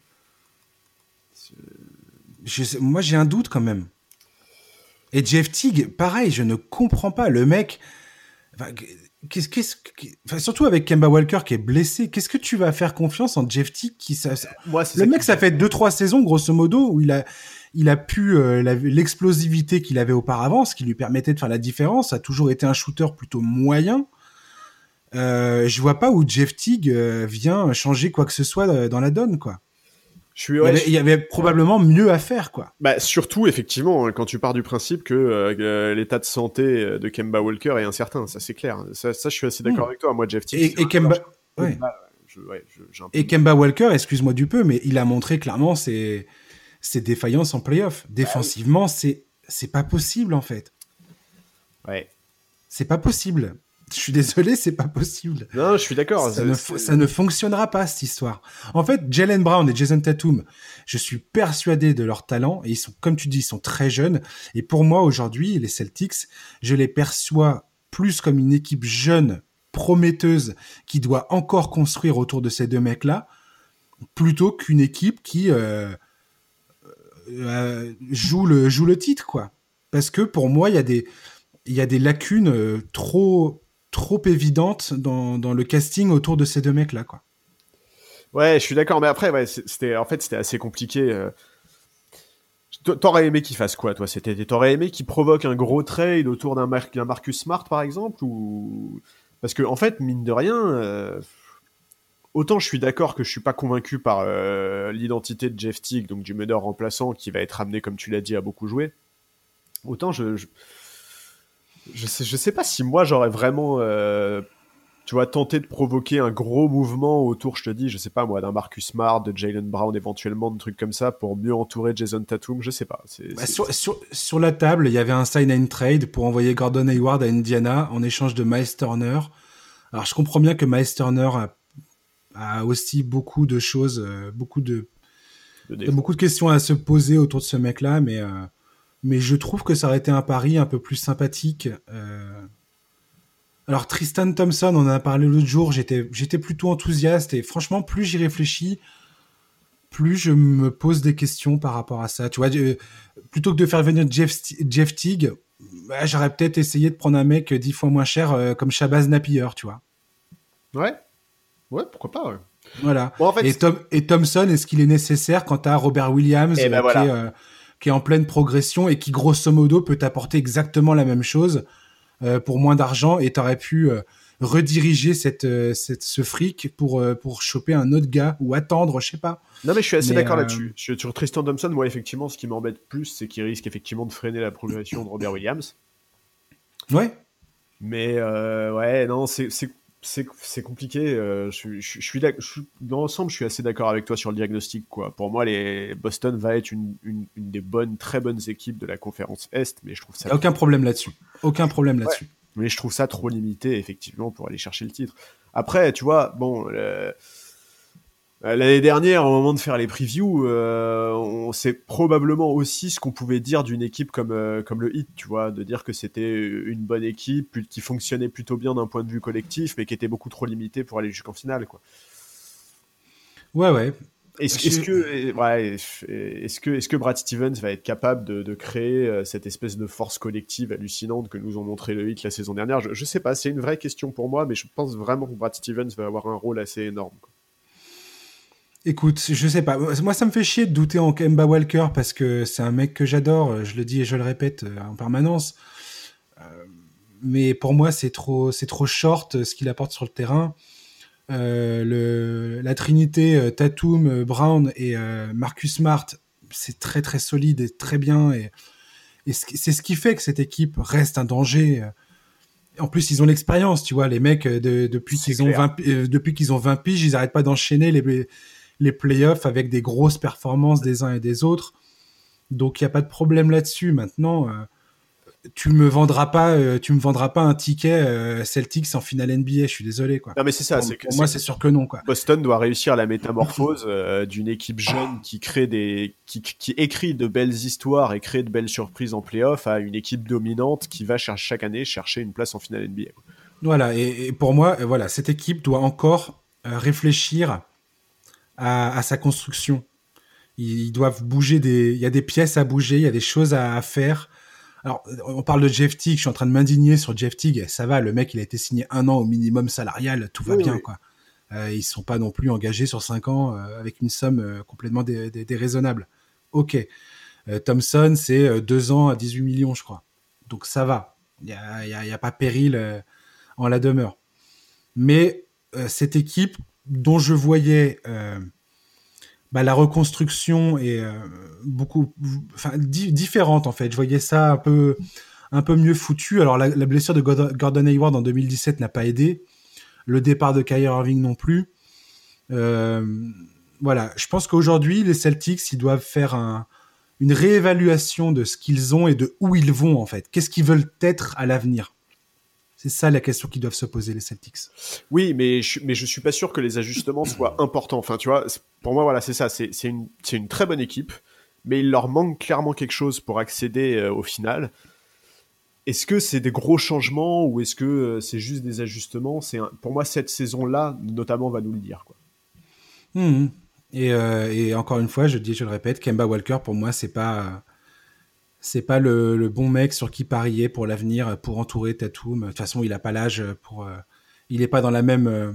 Je sais, moi, j'ai un doute quand même. Et Jeff Teague, pareil, je ne comprends pas. Le mec... Enfin, qu'est-ce, qu'est-ce, enfin, surtout avec Kemba Walker qui est blessé, qu'est-ce que tu vas faire confiance en Jeff Teague qui ça, ça... Moi, c'est le ça mec, ça fait deux trois saisons, grosso modo, où il a, il a pu euh, la, l'explosivité qu'il avait auparavant, ce qui lui permettait de faire la différence. Ça a toujours été un shooter plutôt moyen. Euh, je vois pas où Jeff Teague euh, vient changer quoi que ce soit dans la donne, quoi. Je suis, ouais, il, y avait, je... il y avait probablement mieux à faire, quoi. Bah, surtout, effectivement, quand tu pars du principe que euh, l'état de santé de Kemba Walker est incertain, ça c'est clair. Ça, ça je suis assez d'accord mmh. avec toi. Moi, Jeff Teague, et, et Kemba, ouais. Je, ouais, je, j'ai un peu et Kemba Walker, excuse-moi du peu, mais il a montré clairement ses, ses défaillances en playoff. Défensivement, ah, oui. c'est c'est pas possible en fait. Ouais. C'est pas possible. Je suis désolé, c'est pas possible. Non, je suis d'accord. Ça, ne, ça ne fonctionnera pas, cette histoire. En fait, Jaylen Brown et Jason Tatum, je suis persuadé de leur talent, et ils sont, comme tu dis, ils sont très jeunes. Et pour moi, aujourd'hui, les Celtics, je les perçois plus comme une équipe jeune, prometteuse, qui doit encore construire autour de ces deux mecs-là, plutôt qu'une équipe qui euh, euh, joue, le, joue le titre, quoi. Parce que pour moi, il y a des, il y a des lacunes euh, trop... trop évidente dans, dans le casting autour de ces deux mecs là, quoi. Ouais, je suis d'accord, mais après ouais, c'était en fait c'était assez compliqué. euh... T'aurais aimé qu'il fasse quoi, toi? C'était t'aurais aimé qu'il provoque un gros trade autour d'un, Mar- d'un Marcus Smart par exemple, ou parce que en fait mine de rien, euh... autant je suis d'accord que je suis pas convaincu par euh, l'identité de Jeff Teague, donc du meneur remplaçant qui va être amené, comme tu l'as dit, à beaucoup jouer. Autant je, je... Je sais, je sais pas si moi j'aurais vraiment, euh, tu vois, tenté de provoquer un gros mouvement autour, je te dis, je sais pas moi, d'un Marcus Smart, de Jaylen Brown éventuellement, de trucs comme ça pour mieux entourer Jason Tatum, je sais pas. C'est, bah, c'est, sur, c'est... Sur, sur la table, il y avait un sign and trade pour envoyer Gordon Hayward à Indiana en échange de Miles Turner. Alors je comprends bien que Miles Turner a, a aussi beaucoup de choses, euh, beaucoup de, de beaucoup de questions à se poser autour de ce mec-là, mais euh, mais je trouve que ça aurait été un pari un peu plus sympathique. Euh... Alors Tristan Thompson, on en a parlé l'autre jour, j'étais, j'étais plutôt enthousiaste et franchement, plus j'y réfléchis, plus je me pose des questions par rapport à ça. Tu vois, euh, plutôt que de faire venir Jeff, Jeff Teague, bah, j'aurais peut-être essayé de prendre un mec dix fois moins cher euh, comme Shabazz Napier, tu vois. Ouais, ouais, pourquoi pas, ouais. Voilà. Bon, en fait, et, Tom, et Thompson, est-ce qu'il est nécessaire quand t'as Robert Williams eh ben euh, voilà. qui est... Euh, qui est en pleine progression et qui, grosso modo, peut t'apporter exactement la même chose euh, pour moins d'argent, et t'aurais pu euh, rediriger cette, euh, cette, ce fric pour, euh, pour choper un autre gars ou attendre, je sais pas. Non, mais je suis assez mais d'accord euh... là-dessus. Je, sur Tristan Thompson, moi, effectivement, ce qui m'embête plus, c'est qu'il risque effectivement de freiner la progression de Robert Williams. Ouais. Mais, euh, ouais, non, c'est... c'est... C'est, c'est compliqué. Euh, je, je, je suis je, dans l'ensemble, je suis assez d'accord avec toi sur le diagnostic, quoi. Pour moi, les Boston va être une, une, une des bonnes, très bonnes équipes de la conférence Est, mais je trouve ça. Y a aucun problème là-dessus. Aucun problème là-dessus. Ouais, mais je trouve ça trop limité, effectivement, pour aller chercher le titre. Après, tu vois, bon. Le... L'année dernière, au moment de faire les previews, euh, on sait probablement aussi ce qu'on pouvait dire d'une équipe comme, euh, comme le Heat, tu vois, de dire que c'était une bonne équipe qui fonctionnait plutôt bien d'un point de vue collectif, mais qui était beaucoup trop limitée pour aller jusqu'en finale, quoi. Ouais, ouais. Est-ce, est-ce que, ouais, est-ce que, est-ce que Brad Stevens va être capable de, de créer cette espèce de force collective hallucinante que nous ont montré le Heat la saison dernière? Je, je sais pas, c'est une vraie question pour moi, mais je pense vraiment que Brad Stevens va avoir un rôle assez énorme, quoi. Écoute, je sais pas. Moi, ça me fait chier de douter en Kemba Walker parce que c'est un mec que j'adore. Je le dis et je le répète en permanence. Euh, mais pour moi, c'est trop, c'est trop short ce qu'il apporte sur le terrain. Euh, le, la trinité Tatum, Brown et euh, Marcus Smart, c'est très très solide et très bien. Et, et c'est ce qui fait que cette équipe reste un danger. En plus, ils ont l'expérience, tu vois. Les mecs, de, depuis, qu'ils ont vingt, euh, depuis qu'ils ont vingt piges, ils n'arrêtent pas d'enchaîner les les playoffs avec des grosses performances des uns et des autres. Donc il y a pas de problème là-dessus. Maintenant, euh, tu me vendras pas, euh, tu me vendras pas un ticket euh, Celtics en finale N B A. Je suis désolé, quoi. Non mais c'est ça, Pour, c'est que pour c'est moi, que c'est sûr que non, quoi. Boston doit réussir la métamorphose euh, d'une équipe jeune qui crée des, qui, qui écrit de belles histoires et crée de belles surprises en playoff à une équipe dominante qui va chercher chaque année chercher une place en finale N B A. Voilà. Et, et pour moi, euh, voilà, cette équipe doit encore euh, réfléchir à, à sa construction. Ils, ils doivent bouger des, il y a des pièces à bouger, il y a des choses à, à faire. Alors, on parle de Jeff Teague, je suis en train de m'indigner sur Jeff Teague. Ça va, le mec, il a été signé un an au minimum salarial, tout va Oui, bien, oui. quoi. Euh, ils sont pas non plus engagés sur cinq ans euh, avec une somme euh, complètement dé- dé- déraisonnable. Ok. Euh, Thompson, c'est euh, deux ans à dix-huit millions, je crois. Donc ça va. Il y a, y a- y a pas péril euh, en la demeure. Mais euh, cette équipe dont je voyais euh, bah, la reconstruction est euh, beaucoup, enfin di- différente en fait. Je voyais ça un peu, un peu mieux foutu. Alors la, la blessure de Gordon Gordon Hayward en deux mille dix-sept n'a pas aidé. Le départ de Kyrie Irving non plus. Euh, voilà, je pense qu'aujourd'hui, les Celtics, ils doivent faire un, une réévaluation de ce qu'ils ont et de où ils vont, en fait. Qu'est-ce qu'ils veulent être à l'avenir? C'est ça la question qu'ils doivent se poser, les Celtics. Oui, mais je, mais je suis pas sûr que les ajustements soient importants. Enfin, tu vois, pour moi, voilà, c'est ça. C'est, c'est, une, c'est une très bonne équipe, mais il leur manque clairement quelque chose pour accéder euh, au final. Est-ce que c'est des gros changements ou est-ce que euh, c'est juste des ajustements? C'est un- Pour moi, cette saison-là, notamment, va nous le dire, quoi. Mmh. Et, euh, et encore une fois, je dis, je le répète, Kemba Walker, pour moi, c'est pas, c'est pas le, le bon mec sur qui parier pour l'avenir, pour entourer Tatum. De toute façon, il a pas l'âge pour, euh, il est pas dans la même, euh,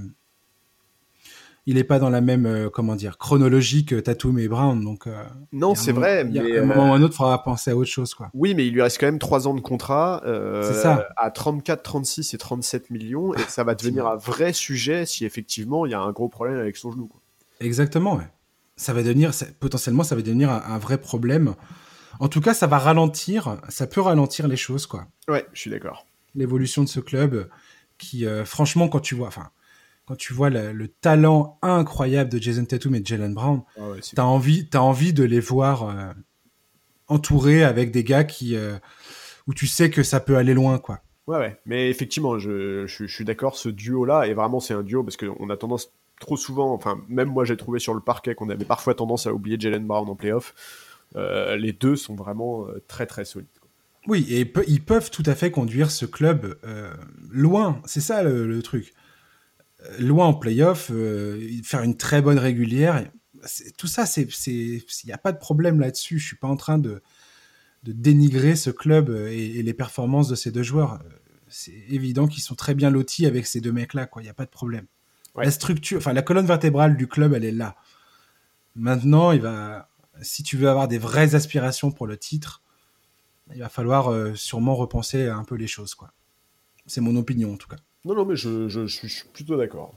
il est pas dans la même, euh, comment dire, chronologie que Tatum et Brown. Donc, euh, il Non, y a un c'est moment, vrai, il y a mais un euh, moment ou un autre, il faudra penser à autre chose, quoi. oui, mais il lui reste quand même trois ans de contrat C'est euh, ça. à trente-quatre, trente-six et trente-sept millions, et ça va devenir T'imagines. un vrai sujet si effectivement il y a un gros problème avec son genou, quoi. Exactement, ouais. Ça va devenir, ça- potentiellement, ça va devenir un, un vrai problème. En tout cas, ça va ralentir, ça peut ralentir les choses, quoi. Ouais, je suis d'accord. L'évolution de ce club, qui, euh, franchement, quand tu vois, enfin, quand tu vois le, le talent incroyable de Jason Tatum et de Jaylen Brown, Ah ouais, c'est t'as envie, t'as envie de les voir euh, entourés avec des gars qui, euh, où tu sais que ça peut aller loin, quoi. Ouais, ouais. Mais effectivement, je, je, je suis d'accord, ce duo-là, et vraiment c'est un duo, parce qu'on a tendance trop souvent, enfin, même moi j'ai trouvé sur le parquet qu'on avait parfois tendance à oublier Jaylen Brown en playoff. Euh, les deux sont vraiment euh, très très solides, quoi. Oui, et pe- ils peuvent tout à fait conduire ce club euh, loin. C'est ça le, le truc. Euh, Loin en playoff, euh, faire une très bonne régulière. C'est- Tout ça, c'est, c'est, il n'y a pas de problème là-dessus. Je suis pas en train de, de dénigrer ce club euh, et, et les performances de ces deux joueurs. Euh, C'est évident qu'ils sont très bien lotis avec ces deux mecs-là, quoi. Il n'y a pas de problème. Ouais. La structure, enfin la colonne vertébrale du club, elle est là. Maintenant, il va, si tu veux avoir des vraies aspirations pour le titre, il va falloir euh, sûrement repenser un peu les choses, quoi. C'est mon opinion en tout cas. Non, non, mais je, je, je suis je suis plutôt d'accord.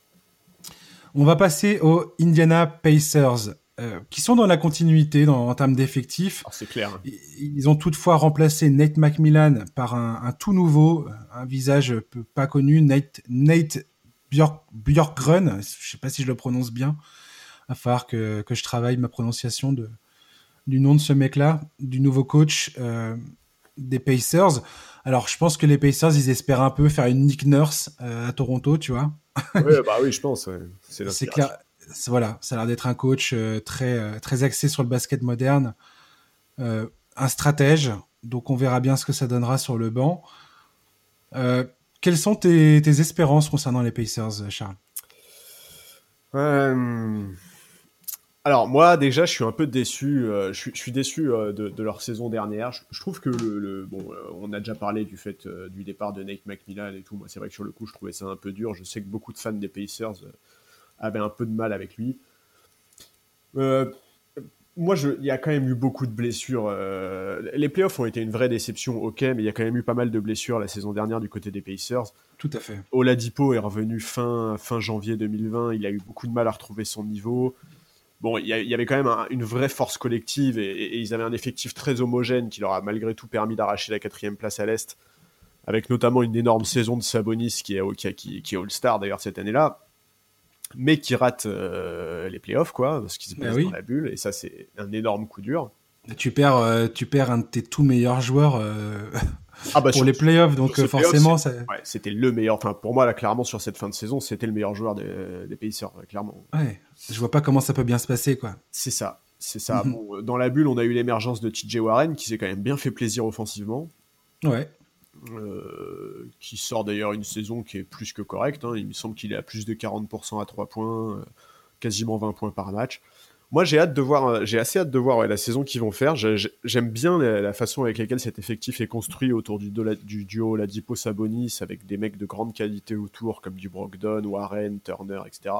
On va passer aux Indiana Pacers, euh, qui sont dans la continuité dans, en termes d'effectifs. Alors c'est clair. Ils ont toutefois remplacé Nate McMillan par un, un tout nouveau, un visage peu- pas connu, Nate, Nate Bjork, Bjorkgren. Je sais pas si je le prononce bien. Il va falloir que, que je travaille ma prononciation de, du nom de ce mec-là, du nouveau coach euh, des Pacers. Alors, je pense que les Pacers, ils espèrent un peu faire une Nick Nurse euh, à Toronto, tu vois. Ouais, bah oui, je pense, ouais. C'est C'est clair. l'inspiration. C'est- Voilà, ça a l'air d'être un coach euh, très, euh, très axé sur le basket moderne, euh, un stratège. Donc, on verra bien ce que ça donnera sur le banc. Euh, quelles sont tes, tes espérances concernant les Pacers, Charles? Euh, Alors moi déjà je suis un peu déçu, euh, je, suis, je suis déçu euh, de, de leur saison dernière. Je, je trouve que le, le- bon, euh, on a déjà parlé du fait euh, du départ de Nate McMillan et tout. Moi c'est vrai que sur le coup je trouvais ça un peu dur. Je sais que beaucoup de fans des Pacers euh, avaient un peu de mal avec lui. Euh, Moi je, il y a quand même eu beaucoup de blessures. euh, Les playoffs ont été une vraie déception, ok, mais il y a quand même eu pas mal de blessures la saison dernière du côté des Pacers. Tout à fait. Oladipo est revenu fin, fin janvier deux mille vingt. Il a eu beaucoup de mal à retrouver son niveau. Bon, il y, y avait quand même un, une vraie force collective et, et, ils avaient un effectif très homogène qui leur a malgré tout permis d'arracher la quatrième place à l'Est, avec notamment une énorme saison de Sabonis qui est, qui, qui, qui est All-Star d'ailleurs cette année-là. mais qui ratent euh, les playoffs, quoi, parce qu'ils se Bah baissent dans oui. la bulle, et ça, c'est un énorme coup dur. Tu perds, euh, tu perds un de tes tout meilleurs joueurs euh, Ah bah pour sur, les playoffs, sur donc euh, ces playoffs, c'est- forcément, ça... ouais, c'était le meilleur. Enfin, pour moi, là, clairement, sur cette fin de saison, c'était le meilleur joueur des, des Pacers, ouais, clairement. ouais, je vois pas comment ça peut bien se passer, quoi. C'est ça, c'est ça. Bon, dans la bulle, on a eu l'émergence de T J Warren, qui s'est quand même bien fait plaisir offensivement, Ouais. euh, qui sort d'ailleurs une saison qui est plus que correcte. Hein. Il me semble qu'il est à plus de quarante pour cent à trois points, euh, quasiment vingt points par match. Moi, j'ai hâte de voir, euh, j'ai assez hâte de voir ouais, la saison qu'ils vont faire. J'ai- j'ai- J'aime bien la, la façon avec laquelle cet effectif est construit autour du, do- du duo Ladipo-Sabonis, avec des mecs de grande qualité autour, comme du Brogdon, Warren, Turner, et cetera.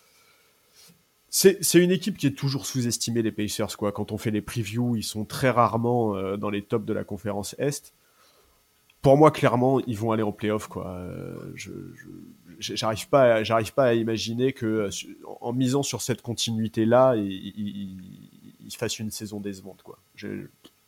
C'est c'est une équipe qui est toujours sous-estimée, les Pacers, quoi. Quand on fait les previews, ils sont très rarement euh, dans les tops de la conférence Est. Pour moi, clairement, ils vont aller en playoff, quoi. Euh, je, je- j'arrive pas, à- j'arrive pas à imaginer que, euh, su- en misant sur cette continuité-là, ils, ils, ils- ils fassent une saison décevante, quoi. Je-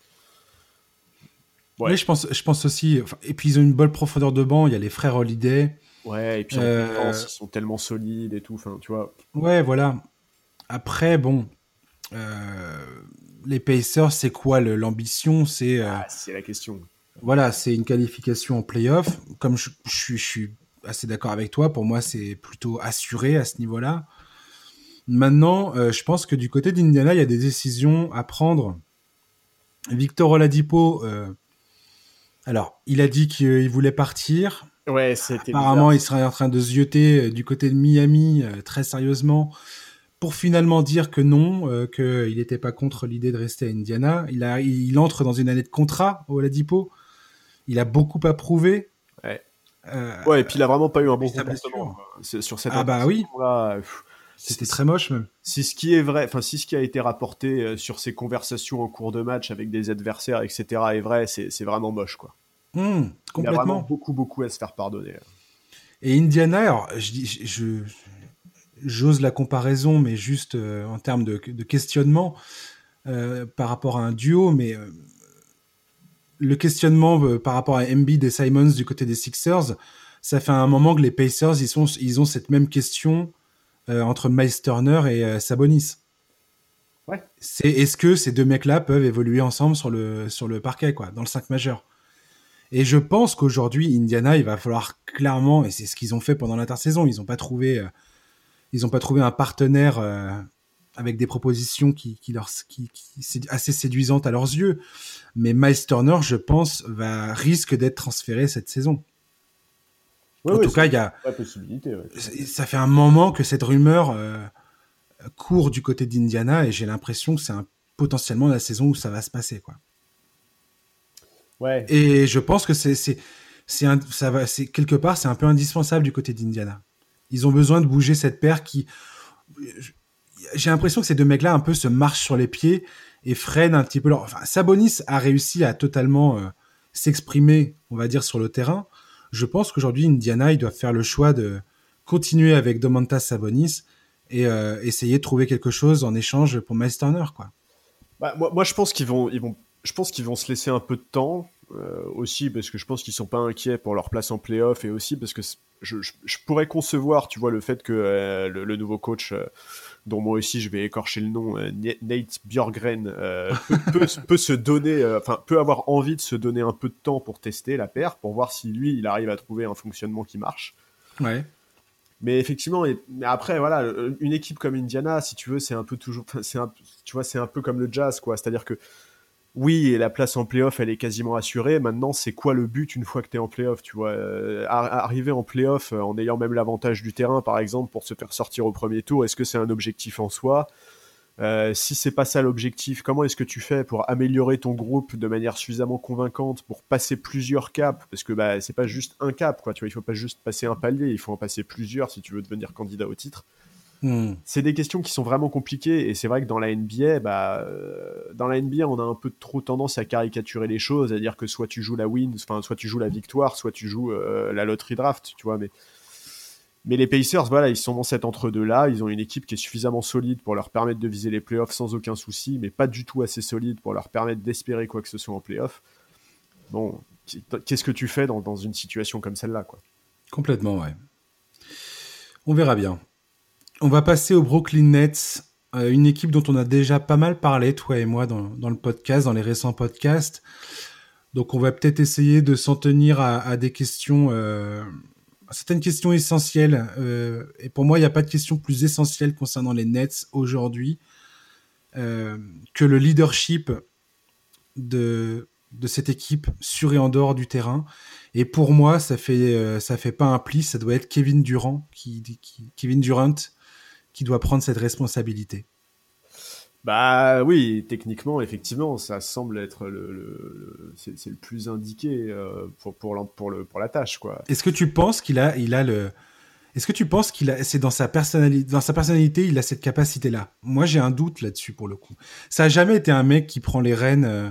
Oui, Ouais, je pense, je pense aussi. Enfin, et puis ils ont une bonne profondeur de banc. Il y a les frères Holiday. ouais. Et puis en défense, Euh, ils sont tellement solides et tout. Enfin, tu vois. ouais, voilà. Après, bon, euh, les Pacers, c'est quoi le- l'ambition? C'est euh, Ah, c'est la question. voilà, c'est une qualification en playoff. Comme je, je suis, je suis assez d'accord avec toi, pour moi, c'est plutôt assuré à ce niveau-là. Maintenant, euh, je pense que du côté d'Indiana, il y a des décisions à prendre. Victor Oladipo, euh, alors, il a dit qu'il voulait partir. Ouais, c'était bizarre. Apparemment, il serait en train de se jeter euh, du côté de Miami euh, très sérieusement pour finalement dire que non, euh, qu'il n'était pas contre l'idée de rester à Indiana. Il, a, il entre dans une année de contrat au Oladipo. Il a beaucoup à prouver. Ouais. Euh, Ouais, et puis il a vraiment pas eu un bon Puis sa comportement, blessure. quoi. C'est- Sur cette Ah bah oui, intersaison-là, pff, c'était si, très moche même. si ce qui est vrai, enfin si ce qui a été rapporté euh, sur ces conversations en cours de match avec des adversaires, et cetera est vrai, c'est c'est vraiment moche, quoi. Hum, Il a vraiment complètement. beaucoup, beaucoup à se faire pardonner. Et Indiana, alors, je, dis- je, je- j'ose la comparaison, mais juste euh, en termes de, de questionnement euh, par rapport à un duo, mais euh, le questionnement euh, par rapport à Embiid et Simons du côté des Sixers, ça fait un moment que les Pacers, ils, sont, ils ont cette même question euh, entre Miles Turner et euh, Sabonis. Ouais. C'est est-ce que ces deux mecs-là peuvent évoluer ensemble sur le, sur le parquet, quoi, dans le cinq majeur. Et je pense qu'aujourd'hui, Indiana, il va falloir clairement, et c'est ce qu'ils ont fait pendant l'intersaison, ils n'ont pas trouvé, euh, ils ont pas trouvé un partenaire euh, avec des propositions qui, qui leur, qui, qui c'est assez séduisantes à leurs yeux. Mais Miles Turner, je pense, va risque d'être transféré cette saison. Ouais, En ouais, tout c'est cas, une il y a, vraie possibilité. Ouais. ça fait un moment que cette rumeur euh, court du côté d'Indiana, et j'ai l'impression que c'est un, potentiellement la saison où ça va se passer, quoi. Ouais. Et je pense que c'est, c'est, c'est, un, ça va, c'est quelque part, c'est un peu indispensable du côté d'Indiana. Ils ont besoin de bouger cette paire qui, j'ai l'impression que ces deux mecs-là un peu se marchent sur les pieds et freinent un petit peu leur. Enfin, Sabonis a réussi à totalement euh, s'exprimer, on va dire, sur le terrain. Je pense qu'aujourd'hui, Indiana, ils doivent faire le choix de continuer avec Domantas Sabonis et euh, essayer de trouver quelque chose en échange pour Miles Turner, quoi. Bah, moi, moi, je pense qu'ils vont, ils vont, je pense qu'ils vont se laisser un peu de temps euh, aussi parce que je pense qu'ils sont pas inquiets pour leur place en playoff et aussi parce que je, je, je pourrais concevoir, tu vois, le fait que euh, le, le nouveau coach, euh, dont moi aussi je vais écorcher le nom, euh, Nate Bjorkgren, euh, peut, peut, peut se donner, enfin euh, peut avoir envie de se donner un peu de temps pour tester la paire, pour voir si lui il arrive à trouver un fonctionnement qui marche. Ouais. Mais effectivement, et, mais après, voilà, une équipe comme Indiana, si tu veux, c'est un peu toujours, c'est un, tu vois, c'est un peu comme le Jazz, quoi. C'est-à-dire que oui, la place en playoff, elle est quasiment assurée. Maintenant, c'est quoi le but une fois que tu es en playoff, tu vois euh, arriver en playoff en ayant même l'avantage du terrain, par exemple, pour se faire sortir au premier tour, est-ce que c'est un objectif en soi? Euh, si c'est pas ça l'objectif, comment est-ce que tu fais pour améliorer ton groupe de manière suffisamment convaincante pour passer plusieurs caps? Parce que bah, c'est pas juste un cap, quoi. Tu vois, il faut pas juste passer un palier, il faut en passer plusieurs si tu veux devenir candidat au titre. Hmm. C'est des questions qui sont vraiment compliquées et c'est vrai que dans la N B A, bah, euh, dans la N B A, on a un peu trop tendance à caricaturer les choses, à dire que soit tu joues la win, enfin soit tu joues la victoire, soit tu joues euh, la lottery draft, tu vois. Mais Mais les Pacers, voilà, ils sont dans cet entre-deux-là. Ils ont une équipe qui est suffisamment solide pour leur permettre de viser les playoffs sans aucun souci, mais pas du tout assez solide pour leur permettre d'espérer quoi que ce soit en playoffs. Bon, qu'est-ce que tu fais dans, dans une situation comme celle-là, quoi? Complètement, ouais. On verra bien. On va passer aux Brooklyn Nets, euh, une équipe dont on a déjà pas mal parlé, toi et moi, dans, dans le podcast, dans les récents podcasts. Donc on va peut-être essayer de s'en tenir à, à des questions, euh, à certaines questions essentielles. Euh, et pour moi, il n'y a pas de question plus essentielle concernant les Nets aujourd'hui euh, que le leadership de, de cette équipe sur et en dehors du terrain. Et pour moi, ça fait, euh, ça fait pas un pli, ça doit être Kevin Durant qui, qui, Kevin Durant qui doit prendre cette responsabilité. Bah oui, techniquement, effectivement, ça semble être le, le, le c'est, c'est le plus indiqué euh, pour pour, pour le pour la tâche, quoi. Est-ce que tu penses qu'il a il a le Est-ce que tu penses qu'il a c'est dans sa personnalité dans sa personnalité, il a cette capacité-là? Moi, j'ai un doute là-dessus pour le coup. Ça a jamais été un mec qui prend les rênes euh,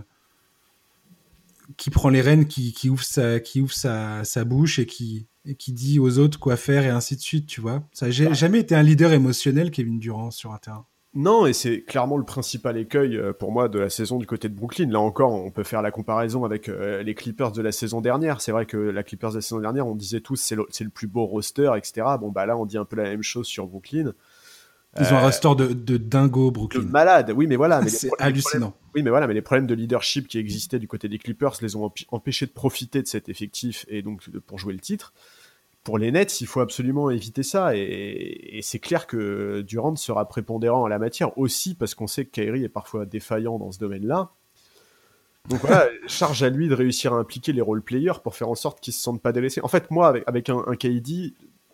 qui prend les rênes qui qui ouvre sa qui ouvre sa sa bouche et qui et qui dit aux autres quoi faire et ainsi de suite, tu vois. Ça a Bah, jamais été un leader émotionnel, Kevin Durant, sur un terrain. non, et c'est clairement le principal écueil euh, pour moi de la saison du côté de Brooklyn. Là encore, on peut faire la comparaison avec euh, les Clippers de la saison dernière. C'est vrai que la Clippers de la saison dernière, on disait tous c'est le, c'est le plus beau roster, et cetera. Bon, bah là, on dit un peu la même chose sur Brooklyn. Ils ont un Euh, roster de, de dingo, de Brooklyn. malade, oui, mais voilà. Mais les, C'est pro- les problèmes, hallucinant. oui, mais voilà, mais les problèmes de leadership qui existaient du côté des Clippers les ont empi- empêchés de profiter de cet effectif et donc de, pour jouer le titre. Pour les Nets, il faut absolument éviter ça. Et, et c'est clair que Durant sera prépondérant en la matière aussi parce qu'on sait que Kyrie est parfois défaillant dans ce domaine-là. Donc voilà, charge à lui de réussir à impliquer les role-players pour faire en sorte qu'ils se sentent pas délaissés. En fait, moi, avec, avec un, un K D,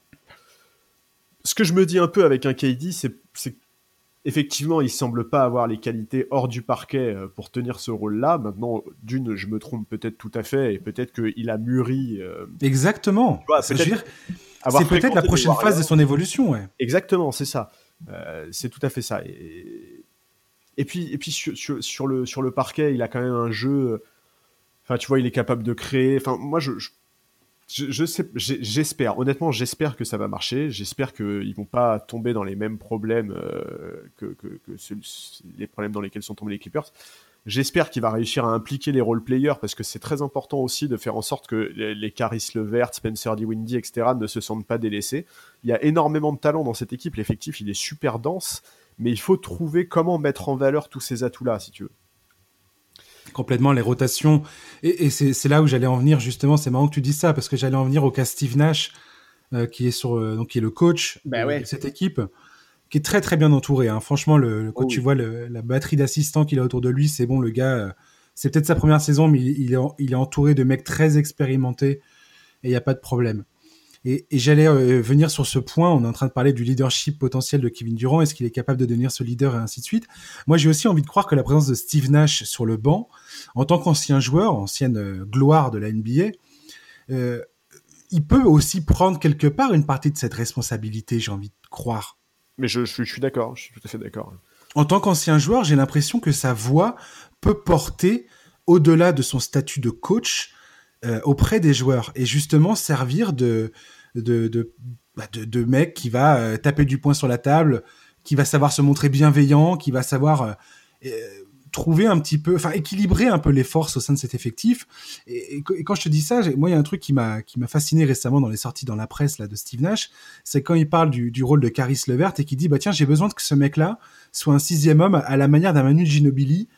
ce que je me dis un peu avec un K D, c'est, c'est effectivement, il semble pas avoir les qualités hors du parquet pour tenir ce rôle-là. Maintenant, d'une, je me trompe peut-être tout à fait, et peut-être qu'il a mûri. Euh, Exactement. tu vois, Ça, je veux peut-être dire, avoir c'est peut-être la fréquenté les prochaine phase de Warriors. son évolution, ouais. Exactement, c'est ça. Euh, c'est tout à fait ça. Et, et puis, et puis sur, sur, sur, le, sur le parquet, il a quand même un jeu. Enfin, tu vois, il est capable de créer. Enfin, moi, je, je, je, je sais, j'espère. Honnêtement, j'espère que ça va marcher. J'espère qu'ils vont pas tomber dans les mêmes problèmes euh, que, que, que ceux, les problèmes dans lesquels sont tombés les Clippers. J'espère qu'il va réussir à impliquer les role-players parce que c'est très important aussi de faire en sorte que les, les Caris LeVert, Spencer Dinwiddie, et cetera ne se sentent pas délaissés. Il y a énormément de talent dans cette équipe. L'effectif, il est super dense, mais il faut trouver comment mettre en valeur tous ces atouts-là, si tu veux. Complètement, les rotations. Et, et c'est, c'est là où j'allais en venir, justement. C'est marrant que tu dises ça parce que j'allais en venir au cas Steve Nash, euh, qui est sur, euh, donc qui est le coach Ben de, ouais. de cette équipe, qui est très très bien entouré. Hein. Franchement, le, le, quand Oh tu oui. vois le, la batterie d'assistants qu'il a autour de lui, c'est bon, le gars. Euh, c'est peut-être sa première saison, mais il, il, est, il est entouré de mecs très expérimentés et il n'y a pas de problème. Et, et j'allais euh, venir sur ce point. On est en train de parler du leadership potentiel de Kevin Durant. Est-ce qu'il est capable de devenir ce leader et ainsi de suite? Moi, j'ai aussi envie de croire que la présence de Steve Nash sur le banc, en tant qu'ancien joueur, ancienne euh, gloire de la N B A, euh, il peut aussi prendre quelque part une partie de cette responsabilité, j'ai envie de croire. Mais je, je, je suis d'accord, je suis tout à fait d'accord. En tant qu'ancien joueur, j'ai l'impression que sa voix peut porter au-delà de son statut de coach euh, auprès des joueurs et justement servir de de, de, de, de mec qui va euh, taper du poing sur la table, qui va savoir se montrer bienveillant, qui va savoir euh, euh, trouver un petit peu, enfin équilibrer un peu les forces au sein de cet effectif. Et, et, et quand je te dis ça, moi il y a un truc qui m'a qui m'a fasciné récemment dans les sorties dans la presse là de Steve Nash, c'est quand il parle du, du rôle de Caris LeVert et qui dit bah tiens j'ai besoin que ce mec là soit un sixième homme à la manière d'un Manu Ginobili.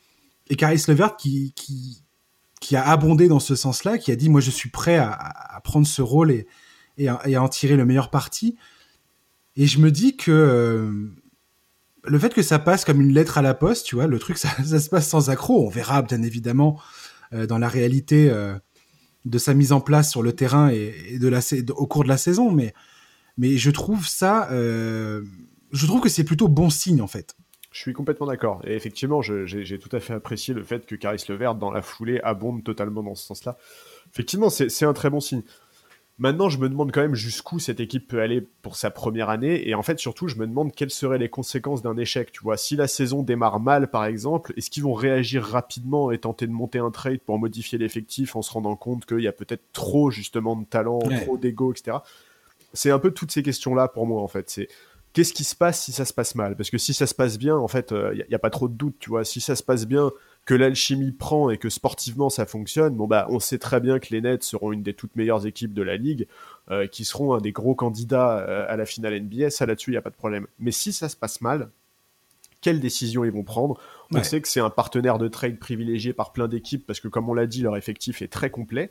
Et Caris LeVert qui qui qui a abondé dans ce sens-là, qui a dit moi je suis prêt à, à prendre ce rôle et et à, et à en tirer le meilleur parti. Et je me dis que euh, le fait que ça passe comme une lettre à la poste, tu vois, le truc, ça, ça se passe sans accroc. On verra, bien évidemment, euh, dans la réalité euh, de sa mise en place sur le terrain et, et de la, de, au cours de la saison. Mais, mais je trouve ça... Euh, je trouve que c'est plutôt bon signe, en fait. Je suis complètement d'accord. Et effectivement, je, j'ai, j'ai tout à fait apprécié le fait que Caris LeVert, dans la foulée, abonde totalement dans ce sens-là. Effectivement, c'est, c'est un très bon signe. Maintenant, je me demande quand même jusqu'où cette équipe peut aller pour sa première année. Et en fait, surtout, je me demande quelles seraient les conséquences d'un échec. Tu vois, si la saison démarre mal, par exemple, est-ce qu'ils vont réagir rapidement et tenter de monter un trade pour modifier l'effectif en se rendant compte qu'il y a peut-être trop, justement, de talent, ouais. trop d'ego, et cetera. C'est un peu toutes ces questions-là pour moi, en fait. C'est qu'est-ce qui se passe si ça se passe mal? Parce que si ça se passe bien, en fait, il euh, n'y a, a pas trop de doute, tu vois. Si ça se passe bien, que l'alchimie prend et que sportivement ça fonctionne, bon bah on sait très bien que les Nets seront une des toutes meilleures équipes de la ligue, euh, qui seront un des gros candidats euh, à la finale N B A, ça là-dessus il n'y a pas de problème. Mais si ça se passe mal, quelles décisions ils vont prendre? On Ouais. sait que c'est un partenaire de trade privilégié par plein d'équipes parce que comme on l'a dit, leur effectif est très complet.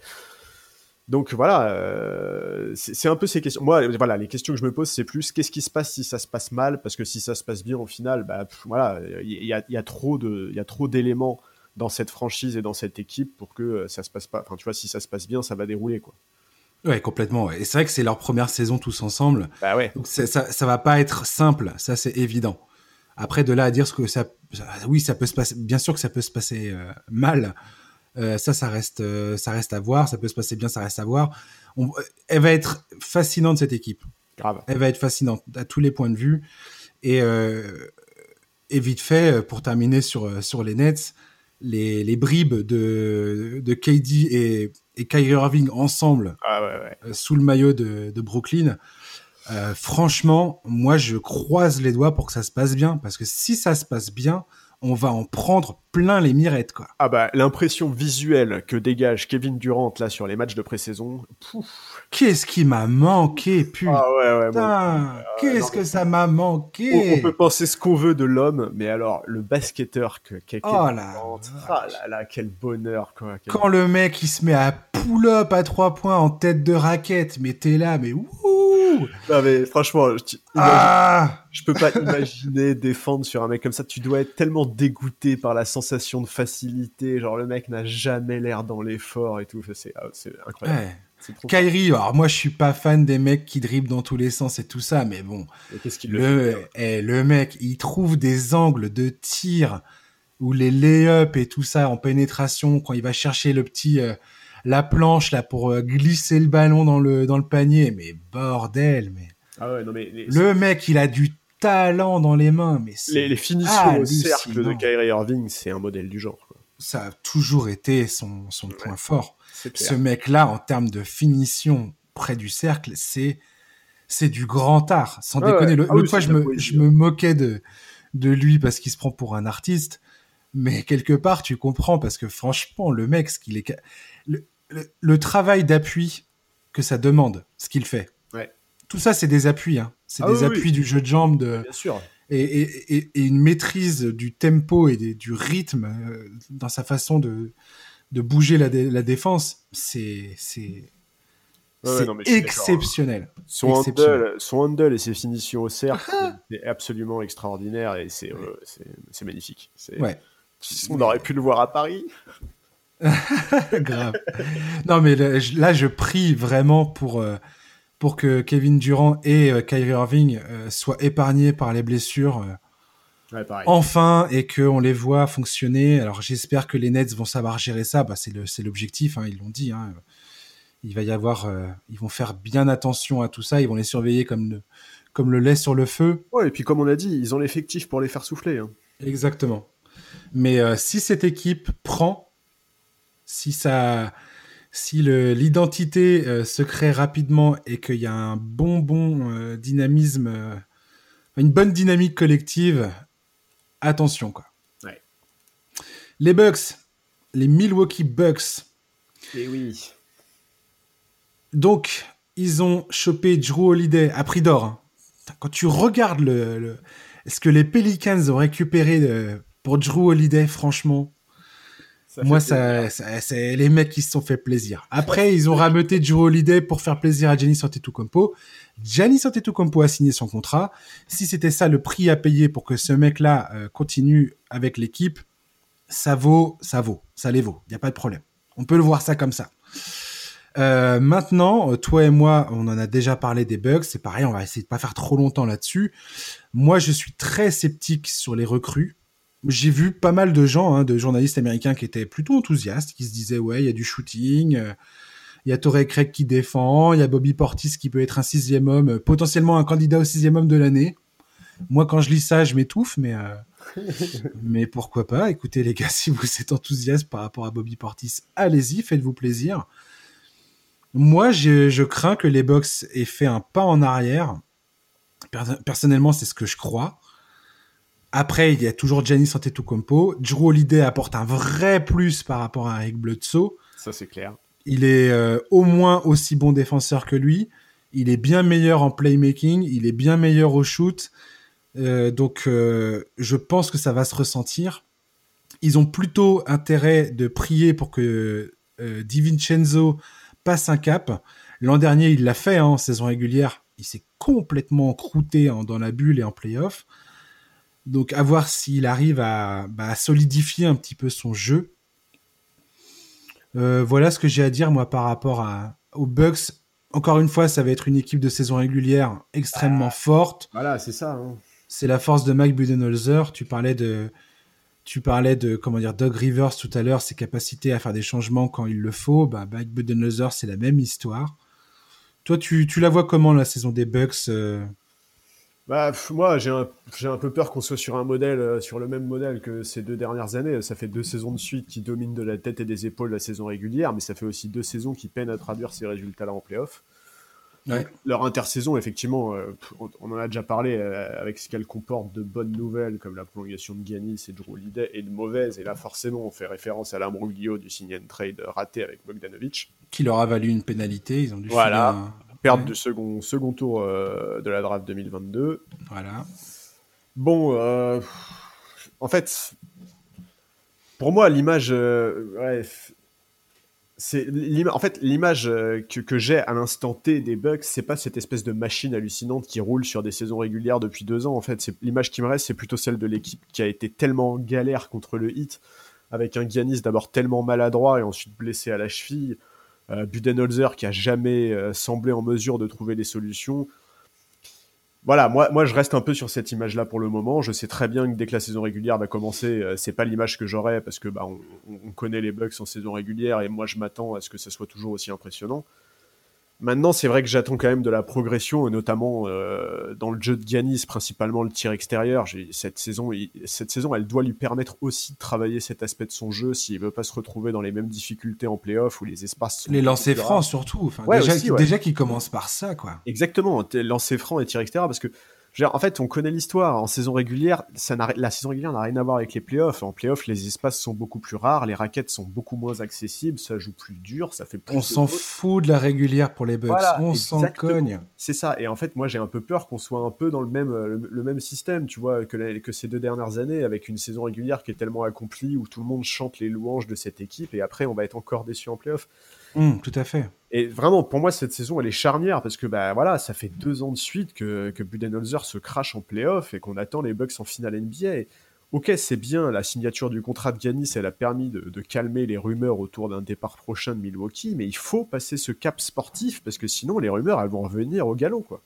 Donc voilà, euh, c'est, c'est un peu ces questions. Moi, voilà, les questions que je me pose, c'est plus qu'est-ce qui se passe si ça se passe mal, parce que si ça se passe bien au final, bah pff, voilà, il y, y, a, y a trop de, il y a trop d'éléments dans cette franchise et dans cette équipe pour que ça se passe pas. Enfin, tu vois, si ça se passe bien, ça va dérouler, quoi. Ouais, complètement. Ouais. Et c'est vrai que c'est leur première saison tous ensemble. Bah ouais. Donc c'est, ça, ça va pas être simple, ça c'est évident. Après, de là à dire ce que ça, oui, ça peut se passer. Bien sûr que ça peut se passer euh, mal. Euh, ça, ça reste, euh, ça reste à voir. Ça peut se passer bien, ça reste à voir. On, elle va être fascinante cette équipe. Grave. Elle va être fascinante à tous les points de vue. Et, euh, et vite fait, pour terminer sur sur les Nets, les, les bribes de de K D et, et Kyrie Irving ensemble, ah ouais, ouais. Euh, sous le maillot de, de Brooklyn. Euh, franchement, moi, je croise les doigts pour que ça se passe bien, parce que si ça se passe bien, on va en prendre plein les mirettes, quoi. Ah bah, l'impression visuelle que dégage Kevin Durant, là, sur les matchs de pré-saison, pouf. Qu'est-ce qui m'a manqué, putain. Ah ouais, ouais, moi, euh, Qu'est-ce non, que ça m'a manqué. On, on peut penser ce qu'on veut de l'homme, mais alors, le basketteur que qu'est Oh Kevin là, Durant, ah là là, quel bonheur, quoi. Quel... Quand le mec, il se met à pull-up à trois points en tête de raquette, mais t'es là, mais wouh. Non mais franchement, je, ah je peux pas imaginer défendre sur un mec comme ça. Tu dois être tellement dégoûté par la sensation de facilité. Genre le mec n'a jamais l'air dans l'effort et tout. C'est, c'est incroyable. ouais. C'est trop Kyrie, alors moi je suis pas fan des mecs qui dribblent dans tous les sens et tout ça, mais bon, mais qu'est-ce qu'il le, le fait, eh, le mec, il trouve des angles de tir ou les lay-up et tout ça en pénétration quand il va chercher le petit euh, la planche là pour euh, glisser le ballon dans le dans le panier, mais bordel, mais ah ouais, non mais les, le mec, il a du talent dans les mains, mais c'est les, les finitions hallucinant. au cercle de Kyrie Irving, c'est un modèle du genre, quoi. Ça a toujours été son son ouais, point fort. Ce mec-là, en termes de finition près du cercle, c'est c'est du grand art, sans ah déconner. Ouais. L'autre ah oui, fois, je me poésie, je me moquais de de lui parce qu'il se prend pour un artiste, mais quelque part, tu comprends parce que franchement, le mec, ce qu'il est, le, le, le travail d'appui que ça demande, ce qu'il fait. Ouais. Tout ça, c'est des appuis, hein. C'est ah des oui, appuis oui. du jeu de jambes, de. Bien sûr. Et, et, et, et une maîtrise du tempo et des, du rythme euh, dans sa façon de de bouger la, dé- la défense, c'est c'est Ouais, c'est non, mais exceptionnel. Son exceptionnel. handle, son handle et ses finitions au cercle, c'est absolument extraordinaire et c'est, ouais. euh, c'est, c'est magnifique. C'est... Ouais. On aurait pu le voir à Paris. Grave. Non, mais le, là, je prie vraiment pour, euh, pour que Kevin Durant et euh, Kyrie Irving euh, soient épargnés par les blessures. Euh, ouais, pareil. Enfin, et qu'on les voit fonctionner. Alors, j'espère que les Nets vont savoir gérer ça. Bah, c'est, le, c'est l'objectif, hein, ils l'ont dit. Hein. Il va y avoir, euh, ils vont faire bien attention à tout ça. Ils vont les surveiller comme le, comme le lait sur le feu. Ouais, et puis comme on a dit, ils ont l'effectif pour les faire souffler. Hein. Exactement. Mais euh, si cette équipe prend, si ça, si le, l'identité euh, se crée rapidement et qu'il y a un bon bon euh, dynamisme, euh, une bonne dynamique collective, attention quoi. Ouais. Les Bucks, les Milwaukee Bucks. Et oui. Donc ils ont chopé Jrue Holiday à prix d'or. Hein. Quand tu regardes le, le, ce que les Pelicans ont récupéré de, pour Jrue Holiday, franchement. Ça Moi, ça, ça, c'est les mecs qui se sont fait plaisir. Après, ils ont rameuté Jrue Holiday pour faire plaisir à Giannis Antetokounmpo. Giannis Antetokounmpo a signé son contrat. Si c'était ça le prix à payer pour que ce mec-là euh, continue avec l'équipe, ça vaut, ça vaut, ça les vaut. Il y a pas de problème. On peut le voir ça comme ça. Euh, maintenant, toi et moi, on en a déjà parlé des Bucks. C'est pareil, on va essayer de pas faire trop longtemps là-dessus. Moi, je suis très sceptique sur les recrues. J'ai vu pas mal de gens, hein, de journalistes américains qui étaient plutôt enthousiastes, qui se disaient ouais, il y a du shooting, il euh, y a Torrey Craig qui défend, il y a Bobby Portis qui peut être un sixième homme, euh, potentiellement un candidat au sixième homme de l'année. Moi, quand je lis ça, je m'étouffe, mais euh, mais pourquoi pas. Écoutez les gars, si vous êtes enthousiastes par rapport à Bobby Portis, allez-y, faites-vous plaisir. Moi, je, je crains que les Bucks aient fait un pas en arrière. Personnellement, c'est ce que je crois. Après, il y a toujours Giannis Antetokounmpo. Jrue Holiday apporte un vrai plus par rapport à Eric Bledsoe. Ça, c'est clair. Il est euh, au moins aussi bon défenseur que lui. Il est bien meilleur en playmaking. Il est bien meilleur au shoot. Euh, donc, euh, je pense que ça va se ressentir. Ils ont plutôt intérêt de prier pour que euh, DiVincenzo passe un cap. L'an dernier, il l'a fait hein, en saison régulière. Il s'est complètement croûté hein, dans la bulle et en playoff. Donc, à voir s'il arrive à, bah, à solidifier un petit peu son jeu. Euh, voilà ce que j'ai à dire, moi, par rapport à, aux Bucks. Encore une fois, ça va être une équipe de saison régulière extrêmement Ah, forte. voilà, c'est ça. Hein. C'est la force de Mike Budenholzer. Tu parlais de, tu parlais de, comment dire, Doug Rivers tout à l'heure, ses capacités à faire des changements quand il le faut. Bah, Mike Budenholzer, c'est la même histoire. Toi, tu, tu la vois comment, la saison des Bucks euh... Bah, pff, moi, j'ai un, j'ai un peu peur qu'on soit sur un modèle, euh, sur le même modèle que ces deux dernières années. Ça fait deux saisons de suite qui dominent de la tête et des épaules la saison régulière, mais ça fait aussi deux saisons qui peinent à traduire ces résultats-là en play-off. Ouais. Donc, leur intersaison, effectivement, euh, on, on en a déjà parlé euh, avec ce qu'elle comporte de bonnes nouvelles, comme la prolongation de Giannis et de Jrue Holiday, et de mauvaises. Et là, forcément, on fait référence à l'imbroglio du sign and trade raté avec Bogdanovic. Qui leur a valu une pénalité. Ils ont dû Voilà. filer un... Perte ouais. du second, second tour euh, de la draft deux mille vingt-deux. Voilà. Bon, euh, en fait, pour moi, l'image, euh, ouais, c'est l'ima- en fait l'image euh, que, que j'ai à l'instant T des Bucks, c'est pas cette espèce de machine hallucinante qui roule sur des saisons régulières depuis deux ans. En fait, c'est l'image qui me reste, c'est plutôt celle de l'équipe qui a été tellement en galère contre le Heat, avec un Giannis d'abord tellement maladroit et ensuite blessé à la cheville, euh, Budenholzer qui a jamais euh, semblé en mesure de trouver des solutions. Voilà, moi, moi je reste un peu sur cette image-là pour le moment. Je sais très bien que dès que la saison régulière va commencer, euh, c'est pas l'image que j'aurai parce que bah, on, on connaît les Bucks en saison régulière et moi je m'attends à ce que ça soit toujours aussi impressionnant. Maintenant, c'est vrai que j'attends quand même de la progression, et notamment euh, dans le jeu de Giannis, principalement le tir extérieur. J'ai, cette, saison, il, cette saison, elle doit lui permettre aussi de travailler cet aspect de son jeu s'il veut pas se retrouver dans les mêmes difficultés en play-off où les espaces sont Les lancers plus francs rares. surtout. Enfin, Ouais, déjà, aussi, ouais. déjà qu'ils commencent par ça, quoi. Exactement, t- lancer franc et tir extérieur, parce que je veux dire, en fait, on connaît l'histoire. En saison régulière, ça n'a, la saison régulière n'a rien à voir avec les playoffs. En playoffs, les espaces sont beaucoup plus rares, les raquettes sont beaucoup moins accessibles, ça joue plus dur, ça fait plus On de s'en fautes. fout de la régulière pour les Bucks. Voilà, On s'en exactement. cogne. C'est ça. Et en fait, moi, j'ai un peu peur qu'on soit un peu dans le même, le, le même système, tu vois, que, la- que ces deux dernières années, avec une saison régulière qui est tellement accomplie, où tout le monde chante les louanges de cette équipe, et après, on va être encore déçu en playoff. Hum, tout à fait. Et vraiment, pour moi, cette saison, elle est charnière parce que, bah voilà, ça fait deux ans de suite que, que Budenholzer se crache en playoff et qu'on attend les Bucks en finale N B A. Et, ok, c'est bien, la signature du contrat de Giannis, elle a permis de, de calmer les rumeurs autour d'un départ prochain de Milwaukee, mais il faut passer ce cap sportif parce que sinon, les rumeurs, elles vont revenir au galop, quoi.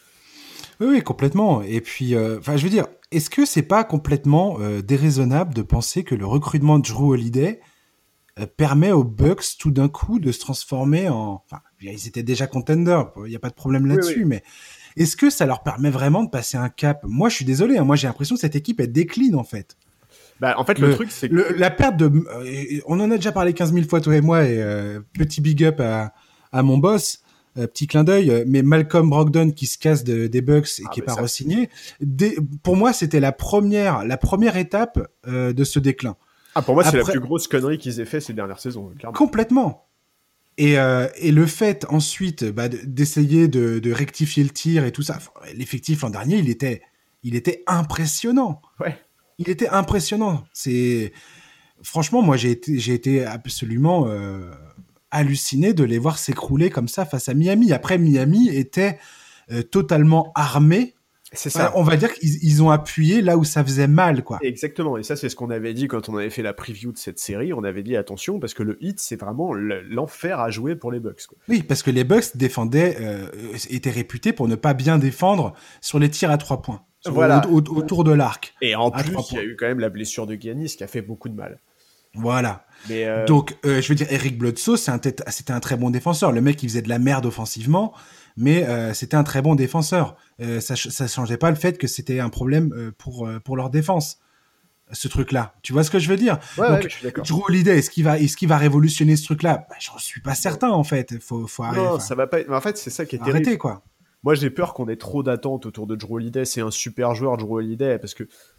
Oui, oui, complètement. Et puis, enfin, euh, je veux dire, est-ce que c'est pas complètement euh, déraisonnable de penser que le recrutement de Jrue Holiday euh, permet aux Bucks tout d'un coup de se transformer en... Enfin, ils étaient déjà contenders, il n'y a pas de problème là-dessus, Oui, oui. mais est-ce que ça leur permet vraiment de passer un cap? Moi, je suis désolé, hein, moi j'ai l'impression que cette équipe, elle décline en fait. Bah, en fait, le, Le, truc, c'est que... le, la perte de... euh, on en a déjà parlé quinze mille fois, toi et moi, et euh, petit big up à, à mon boss, euh, petit clin d'œil, euh, mais Malcolm Brogdon qui se casse de, des Bucks et Ah, qui est mais pas ça, re-signé, des- pour moi, c'était la première, la première étape euh, de ce déclin. Ah, pour moi, c'est la Après, plus grosse connerie qu'ils aient fait ces dernières saisons, clairement. complètement. Et, euh, et le fait ensuite bah, de- d'essayer de, de rectifier le tir et tout ça, l'effectif l'an dernier, il était, il était impressionnant. Ouais. Il était impressionnant. C'est franchement, moi j'ai été, j'ai été absolument euh, halluciné de les voir s'écrouler comme ça face à Miami. Après, Miami était euh, totalement armé. C'est Enfin, ça. on va dire qu'ils ils ont appuyé là où ça faisait mal, quoi. Exactement, et ça c'est ce qu'on avait dit quand on avait fait la preview de cette série, on avait dit attention parce que le hit c'est vraiment le- l'enfer à jouer pour les Bucks, quoi. Oui, parce que les Bucks défendaient, euh, étaient réputés pour ne pas bien défendre sur les tirs à trois points, sur- Voilà. au- au- autour de l'arc. Et en À plus trois il y a points. eu quand même la blessure de Giannis qui a fait beaucoup de mal. Voilà. Mais euh, Donc, euh, je veux dire, Eric Bledsoe, c'est un tête- c'était un très bon défenseur. Le mec, il faisait de la merde offensivement, mais euh, c'était un très bon défenseur. Euh, ça, ch- ça changeait pas le fait que c'était un problème euh, pour euh, pour leur défense, ce truc-là. Tu vois ce que je veux dire? ouais, Donc, ouais, je suis d'accord. Jrue Holiday, est-ce qu'il va, est-ce qu'il va révolutionner ce truc-là? Bah, j'en suis pas certain en fait. Faut, faut arrêter. Non, Enfin, ça va pas. En fait, c'est ça qui est arrêter terrible. quoi. Moi, j'ai peur qu'on ait trop d'attentes autour de Jrue Holiday. C'est un super joueur, Jrue Holiday, parce que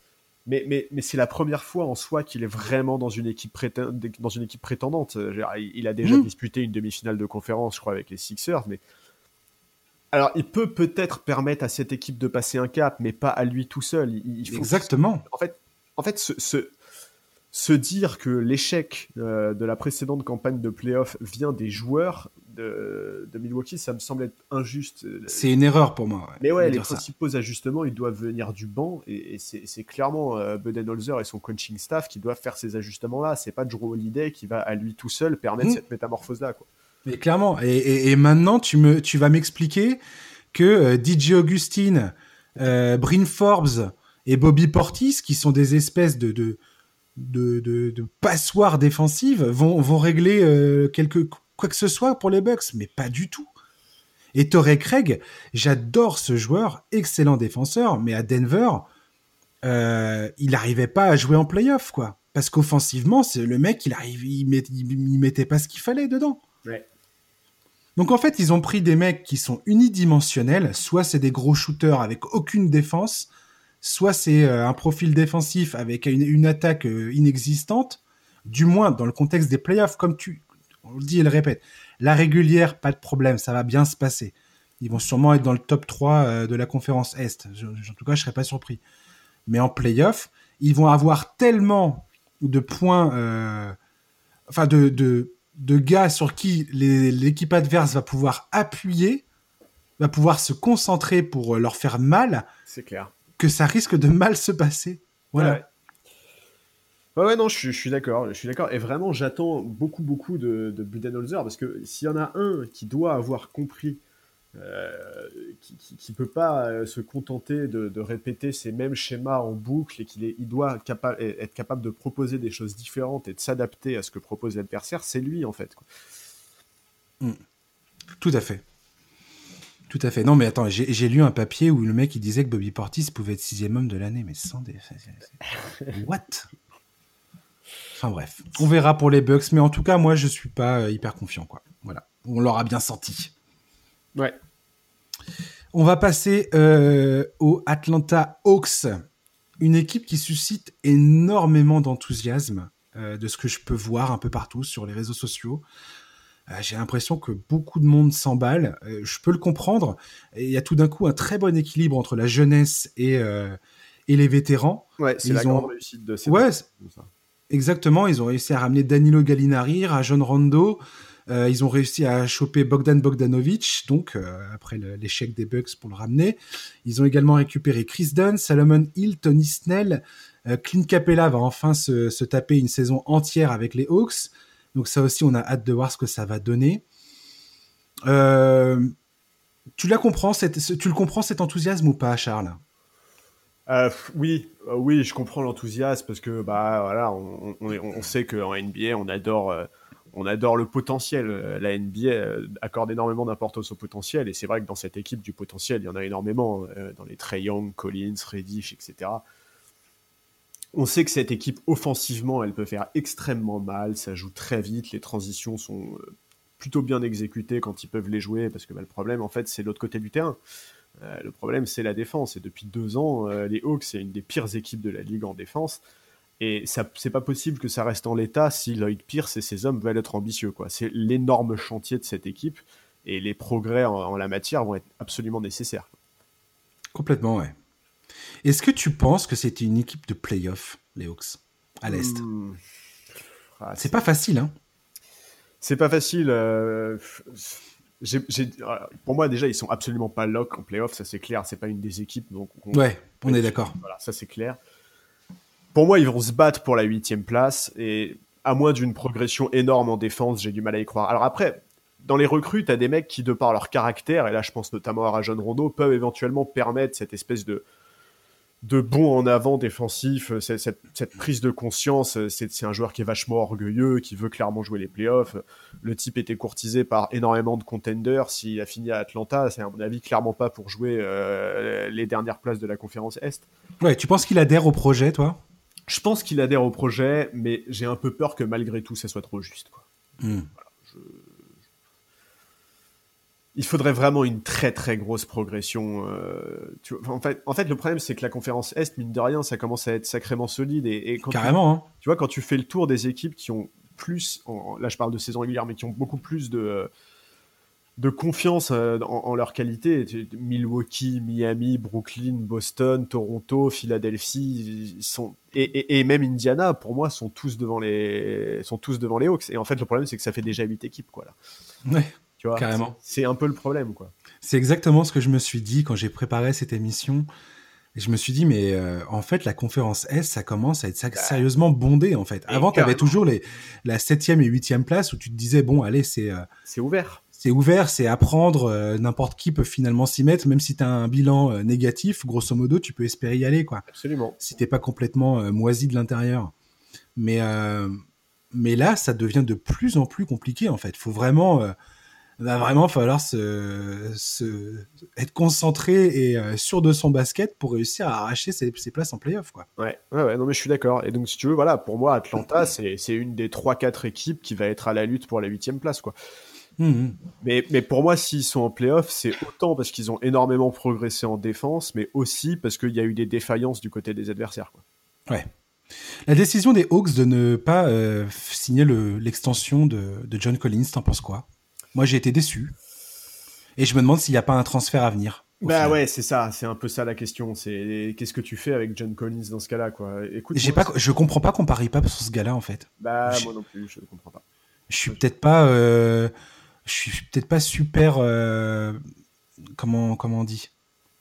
Mais, mais, mais c'est la première fois en soi qu'il est vraiment dans une équipe, préten- dans une équipe prétendante. Il a déjà mmh. disputé une demi-finale de conférence, je crois, avec les Sixers. Mais... Alors, il peut peut-être permettre à cette équipe de passer un cap, mais pas à lui tout seul. Il, il faut Exactement. En fait, en fait ce, ce, se dire que l'échec euh, de la précédente campagne de playoff vient des joueurs de, de Milwaukee, ça me semble être injuste. C'est une erreur pour moi. Ouais, mais ouais, les principaux ça. ajustements, ils doivent venir du banc, et, et c'est, c'est clairement euh, Budenholzer et son coaching staff qui doivent faire ces ajustements-là. C'est pas Jrue Holiday qui va à lui tout seul permettre mmh. cette métamorphose-là, quoi. Mais clairement. Et, et, et maintenant, tu, me, tu vas m'expliquer que euh, D J Augustine, euh, Bryn Forbes et Bobby Portis, qui sont des espèces de... de De, de, de passoires défensives vont, vont régler euh, quelque, quoi que ce soit pour les Bucks, mais pas du tout. Et Torrey Craig, j'adore ce joueur, excellent défenseur, mais à Denver, euh, il n'arrivait pas à jouer en playoff, quoi. Parce qu'offensivement, c'est le mec, il arrive, il, met, il, il mettait pas ce qu'il fallait dedans. Ouais. Donc en fait, ils ont pris des mecs qui sont unidimensionnels, soit c'est des gros shooters avec aucune défense, soit c'est euh, un profil défensif avec une, une attaque euh, inexistante, du moins dans le contexte des playoffs, comme tu on le dit et le répète. La régulière, pas de problème, ça va bien se passer. Ils vont sûrement être dans le top trois euh, de la conférence Est. Je, je, en tout cas, je serais pas surpris. Mais en playoff, ils vont avoir tellement de points, euh, enfin de, de, de gars sur qui les, l'équipe adverse va pouvoir appuyer, va pouvoir se concentrer pour leur faire mal. C'est clair. Que ça risque de mal se passer. Voilà. Ouais, ouais, ouais non, je, je suis d'accord. Je suis d'accord. Et vraiment, j'attends beaucoup, beaucoup de, de Budenholzer, parce que s'il y en a un qui doit avoir compris, euh, qui, qui, qui peut pas euh, se contenter de, de répéter ces mêmes schémas en boucle, et qu'il est, il doit capa- être capable de proposer des choses différentes et de s'adapter à ce que propose l'adversaire, c'est lui, en fait, quoi. Mmh. Tout à fait. Tout à fait. Non, mais attends, j'ai, j'ai lu un papier où le mec il disait que Bobby Portis pouvait être sixième homme de l'année, mais sans des. What? Enfin bref, on verra pour les Bucks, mais en tout cas, moi je suis pas euh, hyper confiant, quoi. Voilà, on l'aura bien senti. Ouais. On va passer euh, aux Atlanta Hawks, une équipe qui suscite énormément d'enthousiasme euh, de ce que je peux voir un peu partout sur les réseaux sociaux. Euh, j'ai l'impression que beaucoup de monde s'emballe. Euh, je peux le comprendre. Il y a tout d'un coup un très bon équilibre entre la jeunesse et, euh, et les vétérans. Ouais, c'est ils la ont... grande réussite de ces ouais, deux, ça. Exactement. Ils ont réussi à ramener Danilo Gallinari, Rajon Rondo. Euh, ils ont réussi à choper Bogdan Bogdanovic, donc euh, après le, l'échec des Bucks pour le ramener. Ils ont également récupéré Chris Dunn, Solomon Hill, Tony Snell. Euh, Clint Capella va enfin se, se taper une saison entière avec les Hawks. Donc ça aussi, on a hâte de voir ce que ça va donner. Euh, tu la comprends, cette, tu le comprends cet enthousiasme ou pas, Charles? Euh, oui, euh, oui, je comprends l'enthousiasme, parce que bah voilà, on, on, on sait qu'en N B A, on adore, euh, on adore le potentiel. La N B A euh, accorde énormément d'importance au potentiel, et c'est vrai que dans cette équipe, du potentiel, il y en a énormément, euh, dans les Trae Young, Collins, Reddish, et cetera. On sait que cette équipe, offensivement, elle peut faire extrêmement mal, ça joue très vite, les transitions sont plutôt bien exécutées quand ils peuvent les jouer, parce que bah, le problème, en fait, c'est l'autre côté du terrain. Euh, le problème, c'est la défense, et depuis deux ans, euh, les Hawks, c'est une des pires équipes de la ligue en défense, et ça, c'est pas possible que ça reste en l'état si Lloyd Pierce et ses hommes veulent être ambitieux, quoi. C'est l'énorme chantier de cette équipe, et les progrès en, en la matière vont être absolument nécessaires. Complètement, ouais. Est-ce que tu penses que c'était une équipe de play-off, les Hawks, à l'Est? mmh. ah, c'est... c'est pas facile, hein? C'est pas facile. Euh... J'ai, j'ai... Pour moi, déjà, ils sont absolument pas lock en play-off, ça c'est clair. C'est pas une des équipes. Donc on... Ouais, on est d'accord. Voilà, ça c'est clair. Pour moi, ils vont se battre pour la huitième place, et à moins d'une progression énorme en défense, j'ai du mal à y croire. Alors après, dans les recrues, t'as des mecs qui, de par leur caractère, et là je pense notamment à Rajon Rondo, peuvent éventuellement permettre cette espèce de de bond en avant défensif, cette, cette, cette prise de conscience. C'est, c'est un joueur qui est vachement orgueilleux, qui veut clairement jouer les playoffs. Le type était courtisé par énormément de contenders. S'il a fini à Atlanta, c'est à mon avis clairement pas pour jouer euh, les dernières places de la conférence Est. Ouais, tu penses qu'il adhère au projet, toi? Je pense qu'il adhère au projet, mais j'ai un peu peur que malgré tout, ça soit trop juste, quoi. Mmh. Voilà, je... il faudrait vraiment une très très grosse progression. Euh, tu vois, en, fait, en fait, le problème, c'est que la conférence Est, mine de rien, ça commence à être sacrément solide. Et, et quand Carrément, tu, hein. tu vois, quand tu fais le tour des équipes qui ont plus, en, là je parle de saison régulière, mais qui ont beaucoup plus de, de confiance euh, en, en leur qualité. Milwaukee, Miami, Brooklyn, Boston, Toronto, Philadelphie, ils sont, et, et, et même Indiana, pour moi, sont tous devant les, sont tous devant les Hawks. Et en fait, le problème, c'est que ça fait déjà huit équipes, quoi, là. Ouais, Tu vois, carrément. c'est un peu le problème, quoi. C'est exactement ce que je me suis dit quand j'ai préparé cette émission. Et je me suis dit, mais euh, en fait, la conférence S, ça commence à être sa- Bah, sérieusement bondé, en fait. et Avant, tu avais carrément, toujours les, la septième et huitième place où tu te disais, bon, allez, c'est euh, c'est ouvert. c'est ouvert, c'est à prendre, euh, n'importe qui peut finalement s'y mettre, même si tu as un bilan euh, négatif, grosso modo, tu peux espérer y aller, quoi. Absolument. Si t'es pas complètement euh, moisi de l'intérieur. Mais, euh, mais là, ça devient de plus en plus compliqué, en fait. Faut vraiment... euh, va vraiment falloir se, se être concentré et euh, sûr de son basket pour réussir à arracher ses, ses places en playoff, quoi. Ouais, ouais, ouais, non, mais je suis d'accord. Et donc, si tu veux, voilà, pour moi, Atlanta, c'est, c'est une des trois quatre équipes qui va être à la lutte pour la huitième place, quoi. Mmh. Mais, mais pour moi, s'ils sont en playoff, c'est autant parce qu'ils ont énormément progressé en défense, mais aussi parce qu'il y a eu des défaillances du côté des adversaires, quoi. Ouais. La décision des Hawks de ne pas euh, signer le, l'extension de, de John Collins, t'en penses quoi? Moi, j'ai été déçu. Et je me demande s'il n'y a pas un transfert à venir, au Bah final. ouais, c'est ça, c'est un peu ça la question. C'est qu'est-ce que tu fais avec John Collins dans ce cas-là, quoi. Écoute, J'ai moi, pas, c'est- je comprends pas qu'on parie pas sur ce gars-là, en fait. bah Je, moi non plus, je ne comprends pas. je suis Moi, je- peut-être pas... euh, je suis peut-être pas super... euh, comment, comment on dit?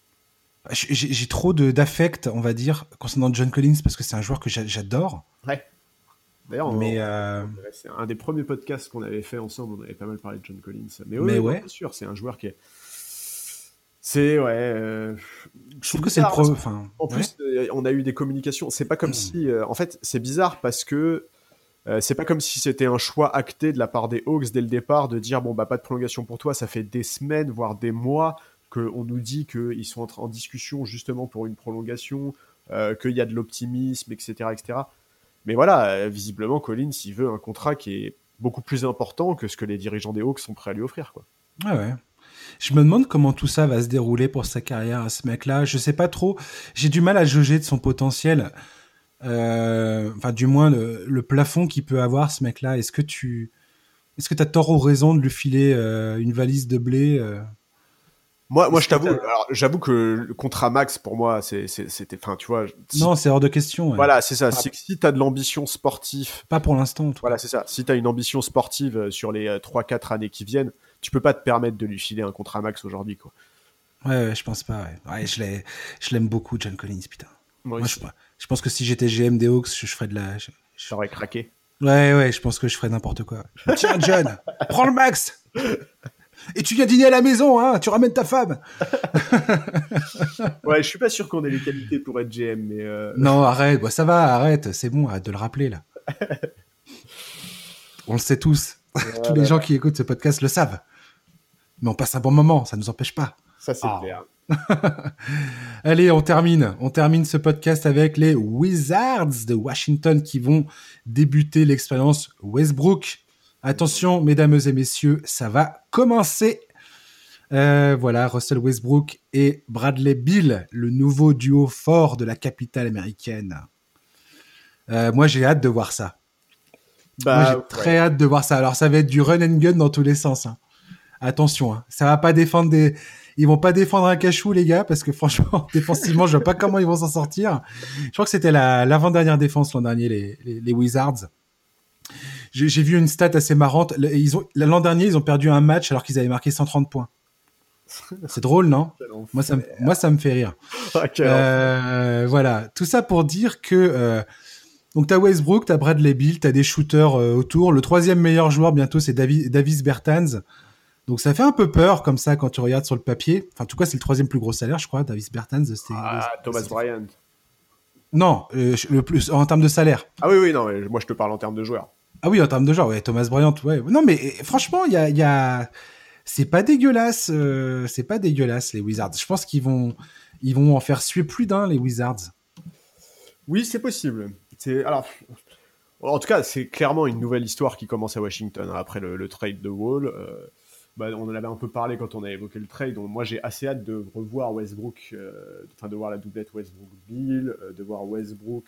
J'ai j'ai trop de d'affect, on va dire, concernant John Collins parce que c'est un joueur que j'a- j'adore. Ouais. D'ailleurs, on- Mais euh, on- c'est un des premiers podcasts qu'on avait fait ensemble. On avait pas mal parlé de John Collins. Mais oui, mais oui, non, ouais, bien sûr, c'est un joueur qui est. C'est ouais. euh, je C'est trouve que c'est le bizarre parce pro. que, Enfin, en ouais. plus, euh, on a eu des communications. C'est pas comme si. euh, en fait, c'est bizarre parce que euh, c'est pas comme si c'était un choix acté de la part des Hawks dès le départ de dire bon bah pas de prolongation pour toi. Ça fait des semaines, voire des mois qu'on nous dit qu'ils sont en, tra- en discussion justement pour une prolongation, euh, qu'il y a de l'optimisme, et cetera, et cetera. Mais voilà, euh, visiblement, Collins, il veut un contrat qui est beaucoup plus important que ce que les dirigeants des Hawks sont prêts à lui offrir, quoi. Ouais, ouais. Je me demande comment tout ça va se dérouler pour sa carrière à ce mec-là. Je sais pas trop. J'ai du mal à jauger de son potentiel. Euh, Enfin, du moins le, le plafond qu'il peut avoir ce mec-là. Est-ce que tu, est-ce que t'as tort ou raison de lui filer euh, une valise de blé euh Moi, moi, Est-ce je que t'avoue, t'as... alors, j'avoue que le contrat max, pour moi, c'est, c'est- c'était, enfin, tu vois, si, Non, c'est hors de question. Ouais. voilà, c'est ça. Pas, C'est que si t'as de l'ambition sportive, pas pour l'instant, en tout voilà, cas. c'est ça. Si t'as une ambition sportive euh, sur les trois quatre années qui viennent, tu peux pas te permettre de lui filer un contrat max aujourd'hui, quoi. Ouais, ouais, je pense pas. Ouais, ouais je l'ai, je l'aime beaucoup, John Collins, putain. Moi Moi, je, aussi, je pense que si j'étais G M des Hawks, je, je ferais de la. Je, je- j'aurais craqué. Ouais, ouais, je pense que je ferais n'importe quoi. Tiens, John, prends le max. Et tu viens dîner à la maison, hein. Tu ramènes ta femme. Ouais, je suis pas sûr qu'on ait les qualités pour être G M, mais euh, Non, arrête. Bah, ça va, arrête. C'est bon, arrête de le rappeler là. On le sait tous. Tous les voilà, gens qui écoutent ce podcast le savent. Mais on passe un bon moment, ça nous empêche pas. ça c'est Ah. clair. Allez, on termine. On termine ce podcast avec les Wizards de Washington qui vont débuter l'expérience Westbrook. Attention, mesdames et messieurs, ça va commencer. Euh, voilà, Russell Westbrook et Bradley Beal, le nouveau duo fort de la capitale américaine. Euh, moi, j'ai hâte de voir ça. Bah, moi, j'ai ouais. très hâte de voir ça. Alors, ça va être du run and gun dans tous les sens. Hein. Attention, hein. Ça va pas défendre des... Ils vont pas défendre un cachou, les gars, parce que franchement, défensivement, je vois pas comment ils vont s'en sortir. Je crois que c'était la, l'avant-dernière défense l'an dernier, les, les, les Wizards. J'ai, j'ai vu une stat assez marrante. Ils ont, l'an dernier, ils ont perdu un match alors qu'ils avaient marqué cent trente points. C'est drôle, non? Moi, ça me, moi, ça me fait rire. Ah, euh, voilà. Tout ça pour dire que, euh, donc, t'as Westbrook, t'as Bradley Beal, t'as des shooters euh, autour. Le troisième meilleur joueur bientôt, c'est Davi, Davis Bertans. Donc ça fait un peu peur comme ça quand tu regardes sur le papier. Enfin, en tout cas, c'est le troisième plus gros salaire, je crois, Davis Bertans. C'est, ah, le, Thomas c'est... Bryant. Non, euh, le plus en termes de salaire. Ah oui, oui, non, mais moi je te parle en termes de joueurs. Ah oui, en termes de genre, ouais, Thomas Bryant, ouais. Non, mais franchement, il y a, y a, c'est pas dégueulasse, euh, c'est pas dégueulasse les Wizards. Je pense qu'ils vont, ils vont en faire suer plus d'un les Wizards. Oui, c'est possible. C'est alors. En tout cas, c'est clairement une nouvelle histoire qui commence à Washington hein, après le, le trade de Wall. Euh, bah, on en avait un peu parlé quand on a évoqué le trade. Donc, moi, j'ai assez hâte de revoir Westbrook, euh, enfin de voir la doublette Westbrook-Bill, euh, de voir Westbrook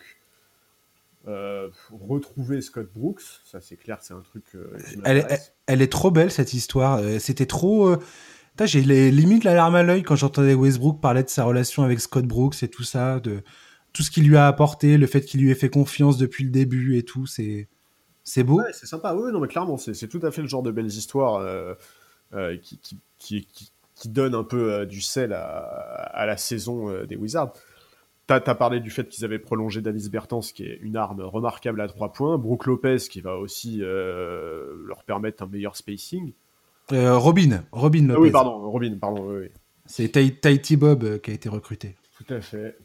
euh, retrouver Scott Brooks. Ça, c'est clair, c'est un truc euh, qui Elle, est- elle, m'intéresse. elle est trop belle cette histoire. Euh, C'était trop. euh, Putain, j'ai les, limite la larme à l'œil quand j'entendais Westbrook parler de sa relation avec Scott Brooks et tout ça, de tout ce qu'il lui a apporté, le fait qu'il lui ait fait confiance depuis le début et tout. C'est c'est Ouais, beau. c'est sympa. Oui, non, mais clairement, c'est, c'est tout à fait le genre de belles histoires euh, euh, qui, qui, qui, qui, qui donnent un peu euh, du sel à, à la saison euh, des Wizards. T'as, t'as parlé du fait qu'ils avaient prolongé Davis Bertans, qui est une arme remarquable à trois points. Brook Lopez, qui va aussi euh, leur permettre un meilleur spacing. Euh, Robin, Robin Ah oui, Lopez. pardon, Robin, pardon, oui, oui. C'est Tai- Tahiti Bob euh, qui a été recruté. Tout à fait.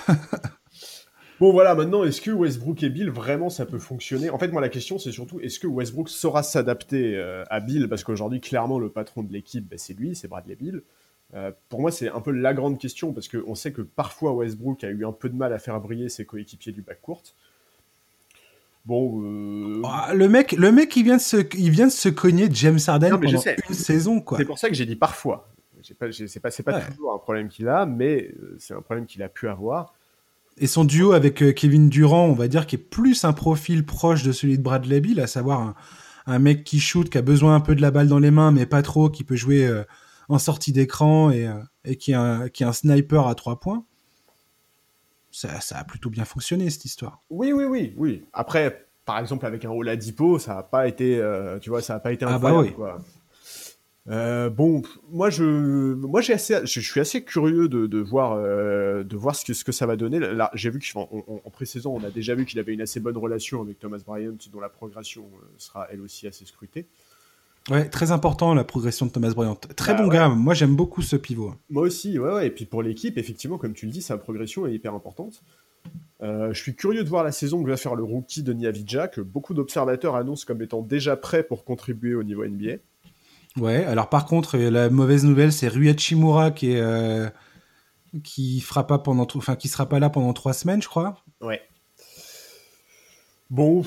Bon, voilà, maintenant, est-ce que Westbrook et Bill, vraiment, ça peut fonctionner? En fait, moi, la question, c'est surtout, est-ce que Westbrook saura s'adapter euh, à Bill? Parce qu'aujourd'hui, clairement, le patron de l'équipe, bah, c'est lui, c'est Bradley Bill. Euh, pour moi, c'est un peu la grande question, parce qu'on sait que parfois, Westbrook a eu un peu de mal à faire briller ses coéquipiers du backcourt. Bon, euh... Ah, le mec, le mec, il vient de se, il vient de se cogner James Harden non, mais je pendant sais. une saison, C'est quoi. pour ça que j'ai dit parfois. J'ai pas, j'ai- c'est pas, c'est pas Ouais. toujours un problème qu'il a, mais euh, c'est un problème qu'il a pu avoir. Et son duo avec euh, Kevin Durant, on va dire, qui est plus un profil proche de celui de Bradley Beal, à savoir un, un mec qui shoot, qui a besoin un peu de la balle dans les mains, mais pas trop, qui peut jouer euh, en sortie d'écran et, euh, et qui, est un, qui est un sniper à trois points. Ça, ça a plutôt bien fonctionné, cette histoire. Oui, oui, oui, oui. Après, par exemple, avec un Oladipo, ça n'a pas été, euh, tu vois, ça a pas été Ah bah incroyable, oui. quoi. Euh, bon, pff, moi je, moi j'ai assez, je, je suis assez curieux de, de voir, euh, de voir ce que ce que ça va donner. Là, j'ai vu qu'en en, en pré-saison, on a déjà vu qu'il avait une assez bonne relation avec Thomas Bryant, dont la progression euh, sera elle aussi assez scrutée. Ouais, très important la progression de Thomas Bryant. Très Bah bon ouais. gars, moi j'aime beaucoup ce pivot. Moi aussi, ouais, ouais. Et puis pour l'équipe, effectivement, comme tu le dis, sa progression est hyper importante. Euh, je suis curieux de voir la saison que va faire le rookie de Avdija, que beaucoup d'observateurs annoncent comme étant déjà prêt pour contribuer au niveau N B A. Ouais, alors par contre, euh, la mauvaise nouvelle, c'est Rui Hachimura qui est, euh, qui fera pas pendant, tro- enfin, qui sera pas là pendant trois semaines, je crois. Ouais. Bon,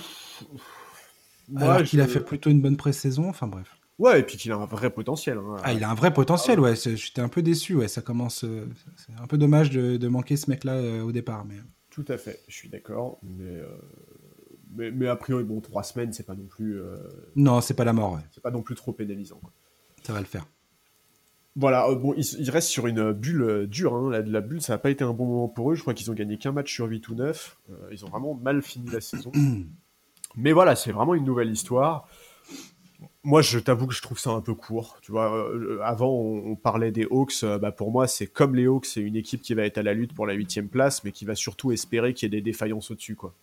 moi Alors qu'il a fait je, plutôt une bonne pré-saison. Enfin bref. ouais, et puis qu'il a un vrai potentiel. Hein. Ah, il a un vrai Ah ouais. potentiel, ouais. c'est- J'étais un peu déçu, ouais. Ça commence. euh, C'est un peu dommage de, de manquer ce mec-là euh, au départ, mais Tout à fait, je suis d'accord. Mais, euh, mais, mais a priori, bon, trois semaines, c'est pas non plus, euh, non, c'est pas la mort, ouais. c'est pas non plus trop pénalisant. Quoi. Ça va le faire. Voilà, euh, bon, ils, ils restent sur une bulle euh, dure. Hein. La, la bulle, ça n'a pas été un bon moment pour eux. Je crois qu'ils ont gagné qu'un match sur huit ou neuf. Euh, ils ont vraiment mal fini la saison. Mais voilà, c'est vraiment une nouvelle histoire. Moi, je t'avoue que je trouve ça un peu court. Tu vois, euh, avant, on, on parlait des Hawks. Euh, bah, pour moi, c'est comme les Hawks, c'est une équipe qui va être à la lutte pour la huitième place, mais qui va surtout espérer qu'il y ait des défaillances au-dessus, quoi.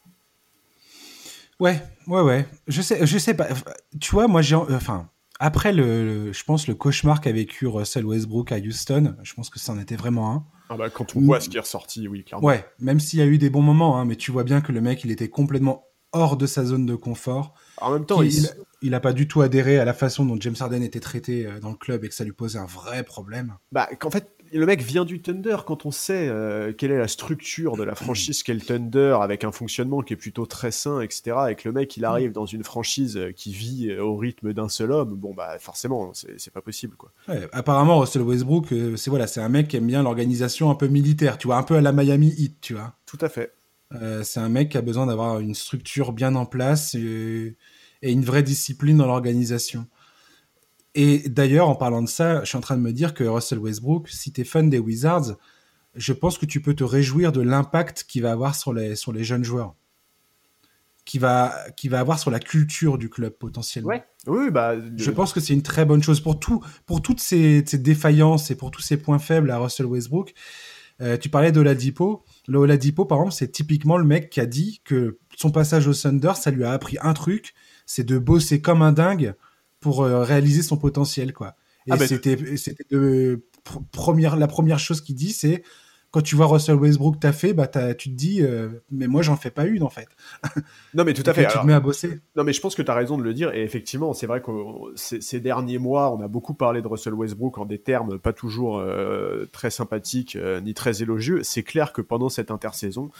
Ouais, ouais, ouais. Je sais, je sais pas. Tu vois, moi, j'ai, enfin, après le, le- je pense le cauchemar qu'a vécu Russell Westbrook à Houston, je pense que ça en était vraiment un. Ah bah, quand on Mm, voit ce qui est ressorti, oui, clairement. Ouais, même s'il y a eu des bons moments, hein, mais tu vois bien que le mec, il était complètement hors de sa zone de confort, En même temps, il, qu'il il a pas du tout adhéré à la façon dont James Harden était traité euh, dans le club et que ça lui posait un vrai problème. bah, qu'en fait, le mec vient du Thunder quand on sait euh, quelle est la structure de la franchise qu'est le Thunder, avec un fonctionnement qui est plutôt très sain, et cetera. Et que le mec, il arrive dans une franchise euh, qui vit euh, au rythme d'un seul homme, bon, bah, forcément, c'est c'est pas possible, quoi. Ouais, apparemment, Russell Westbrook, euh, c'est voilà, c'est un mec qui aime bien l'organisation un peu militaire, tu vois, un peu à la Miami Heat, tu vois. Tout à fait. Euh, c'est un mec qui a besoin d'avoir une structure bien en place et, et une vraie discipline dans l'organisation. Et d'ailleurs, en parlant de ça, je suis en train de me dire que Russell Westbrook, si t'es fan des Wizards, je pense que tu peux te réjouir de l'impact qu'il va avoir sur les, sur les jeunes joueurs, qu'il va, qu'il va avoir sur la culture du club potentiellement. Ouais. Oui, bah, Je le- pense que c'est une très bonne chose pour tout, pour toutes ces, ces défaillances et pour tous ces points faibles à Russell Westbrook. Euh, tu parlais d'Oladipo. Le Oladipo, par exemple, c'est typiquement le mec qui a dit que son passage au Thunder, ça lui a appris un truc, c'est de bosser comme un dingue pour euh, réaliser son potentiel, quoi. ah Et bah, c'était, c'était de, pr- première, la première chose qu'il dit, c'est quand tu vois Russell Westbrook t'as fait, bah t'as, tu te dis, euh, mais moi j'en fais pas une en fait, non, mais tout et à que fait. tu te Alors, mets à bosser. non, mais je pense que tu as raison de le dire. Et effectivement, c'est vrai que euh, ces, ces derniers mois, on a beaucoup parlé de Russell Westbrook en des termes pas toujours euh, très sympathiques euh, ni très élogieux. C'est clair que pendant cette intersaison,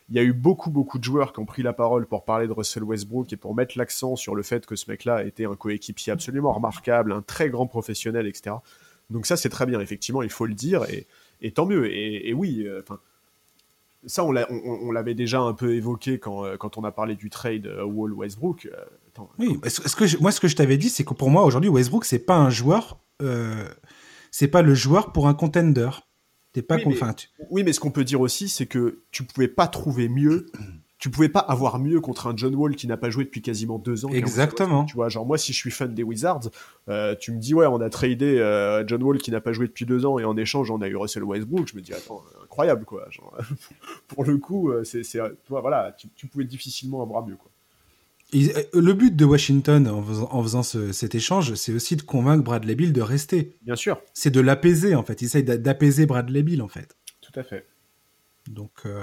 il y a eu beaucoup, beaucoup de joueurs qui ont pris la parole pour parler de Russell Westbrook et pour mettre l'accent sur le fait que ce mec-là était un coéquipier absolument remarquable, un très grand professionnel, et cetera. Donc ça, c'est très bien, effectivement, il faut le dire, et, et tant mieux. Et, et oui, enfin, euh, ça, on, l'a, on, on l'avait déjà un peu évoqué quand, euh, quand on a parlé du trade euh, Wall-Westbrook. Euh, attends, oui, est-ce, est-ce que je, moi, ce que je t'avais dit, c'est que pour moi, aujourd'hui, Westbrook, c'est pas un joueur, euh, c'est pas le joueur pour un contender. T'es pas oui, con... mais, enfin, tu... oui, mais ce qu'on peut dire aussi, c'est que tu pouvais pas trouver mieux. Tu pouvais pas avoir mieux contre un John Wall qui n'a pas joué depuis quasiment deux ans. Exactement. Tu vois, genre moi, si je suis fan des Wizards, euh, tu me dis ouais, on a tradé euh, John Wall qui n'a pas joué depuis deux ans et en échange, on a eu Russell Westbrook. Je me dis attends, incroyable quoi. Genre, pour le coup, c'est, c'est, toi, voilà, tu, tu pouvais difficilement avoir mieux quoi. Et le but de Washington en faisant, en faisant ce, cet échange, c'est aussi de convaincre Bradley Beal de rester. Bien sûr. C'est de l'apaiser en fait. Il essaye d'apaiser Bradley Beal en fait. Tout à fait. Donc, euh...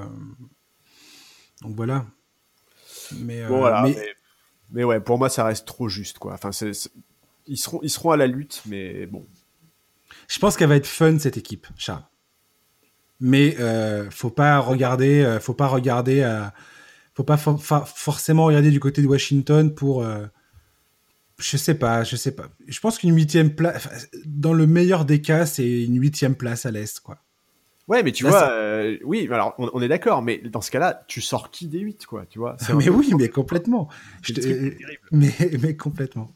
donc voilà. Mais, bon, euh, voilà, mais... mais... mais ouais, pour moi, ça reste trop juste quoi. Enfin, c'est, c'est... Ils seront, ils seront à la lutte, mais bon. Je pense qu'elle va être fun cette équipe, Charles. Mais euh, faut pas regarder, euh, faut pas regarder, euh, faut pas for- for- forcément regarder du côté de Washington pour, euh, je sais pas, je sais pas. Je pense qu'une huitième place, dans le meilleur des cas, c'est une huitième place à l'est, quoi. Ouais, mais tu Là, vois, euh, oui, alors on, on est d'accord, mais dans ce cas-là, tu sors qui des huit, quoi, tu vois. C'est mais oui, mais complètement. C'est Je te... terrible. Mais, mais complètement.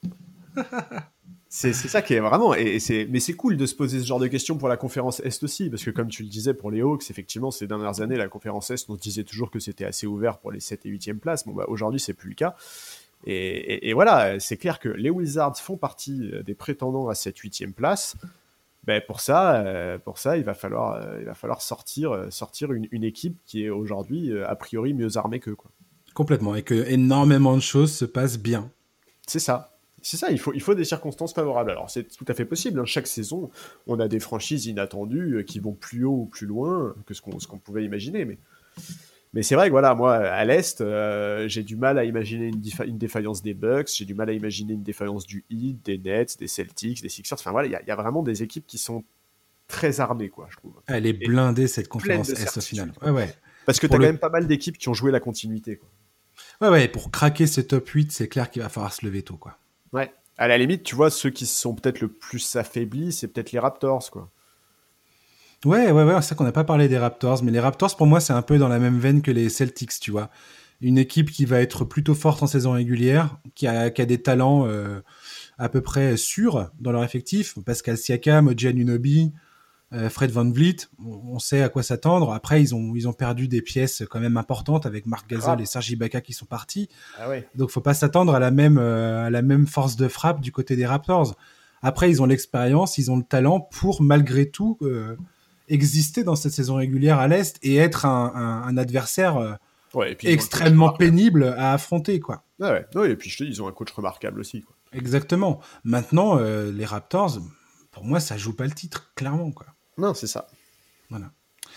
C'est, c'est ça qui est vraiment, et, et c'est, mais c'est cool de se poser ce genre de questions pour la conférence Est aussi, parce que comme tu le disais pour les Hawks, effectivement, ces dernières années, la conférence Est, on disait toujours que c'était assez ouvert pour les sept et huitième places. Bon, bah, aujourd'hui, c'est plus le cas. Et, et, et voilà, c'est clair que les Wizards font partie des prétendants à cette huitième place. Ben pour ça, euh, pour ça, il va falloir, euh, il va falloir sortir, euh, sortir une, une équipe qui est aujourd'hui euh, a priori mieux armée qu'eux, quoi. Complètement, et que énormément de choses se passent bien. C'est ça. C'est ça, il faut, il faut des circonstances favorables. Alors, c'est tout à fait possible. Hein. Chaque saison, on a des franchises inattendues qui vont plus haut ou plus loin que ce qu'on, ce qu'on pouvait imaginer. Mais, mais c'est vrai que, voilà, moi, à l'Est, euh, j'ai du mal à imaginer une, défa- une défaillance des Bucks, j'ai du mal à imaginer une défaillance du Heat, des Nets, des Celtics, des Sixers. Enfin, voilà, il y, y a vraiment des équipes qui sont très armées, quoi, je trouve. Elle est blindée, cette conférence Est au final. Ouais, ouais. Parce que Pour t'as le... quand même pas mal d'équipes qui ont joué la continuité, quoi. Ouais, ouais, pour craquer ce top huit, c'est clair qu'il va falloir se lever tôt, quoi. Ouais. À la limite, tu vois, ceux qui se sont peut-être le plus affaiblis, c'est peut-être les Raptors, quoi. Ouais, ouais, ouais, c'est ça qu'on n'a pas parlé des Raptors, mais les Raptors, pour moi, c'est un peu dans la même veine que les Celtics, tu vois. Une équipe qui va être plutôt forte en saison régulière, qui a, qui a des talents euh, à peu près sûrs dans leur effectif. Pascal Siakam, O G Anunoby, euh, Fred VanVleet, on sait à quoi s'attendre. Après, ils ont, ils ont perdu des pièces quand même importantes avec Marc Gasol Grave. Et Serge Ibaka qui sont partis. Ah ouais. Donc, faut pas s'attendre à la même, euh, à la même force de frappe du côté des Raptors. Après, ils ont l'expérience, ils ont le talent pour, malgré tout, euh, exister dans cette saison régulière à l'Est et être un, un, un adversaire euh, ouais, et puis extrêmement pénible à affronter, quoi. Ah ouais. Ouais, et puis je te dis, ils ont un coach remarquable aussi, quoi. Exactement. Maintenant, euh, les Raptors, pour moi, ça joue pas le titre, clairement, quoi. Non, c'est ça. Voilà.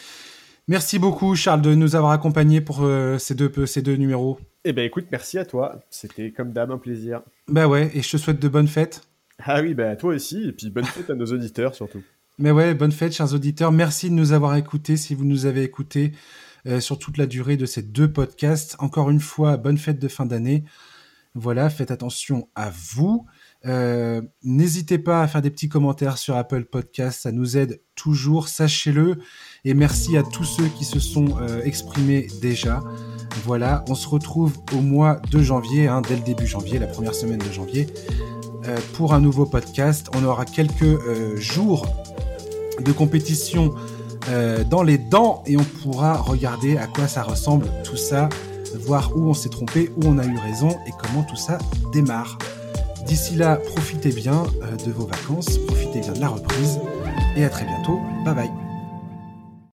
Merci beaucoup, Charles, de nous avoir accompagnés pour euh, ces, deux, ces deux numéros. Eh ben écoute, merci à toi. C'était comme d'hab un plaisir. Bah ouais, et je te souhaite de bonnes fêtes. Ah oui, bah toi aussi, et puis bonne fête à nos auditeurs surtout. Mais ouais, bonne fête, chers auditeurs. Merci de nous avoir écoutés, si vous nous avez écoutés euh, sur toute la durée de ces deux podcasts. Encore une fois, bonne fête de fin d'année. Voilà, faites attention à vous. Euh, n'hésitez pas à faire des petits commentaires sur Apple Podcasts, ça nous aide toujours, sachez-le. Et merci à tous ceux qui se sont euh, exprimés déjà. Voilà, on se retrouve au mois de janvier, hein, dès le début janvier, la première semaine de janvier, euh, pour un nouveau podcast. On aura quelques euh, jours de compétition euh, dans les dents et on pourra regarder à quoi ça ressemble tout ça, voir où on s'est trompé, où on a eu raison et comment tout ça démarre. D'ici là, profitez bien euh, de vos vacances, profitez bien de la reprise et à très bientôt. Bye bye.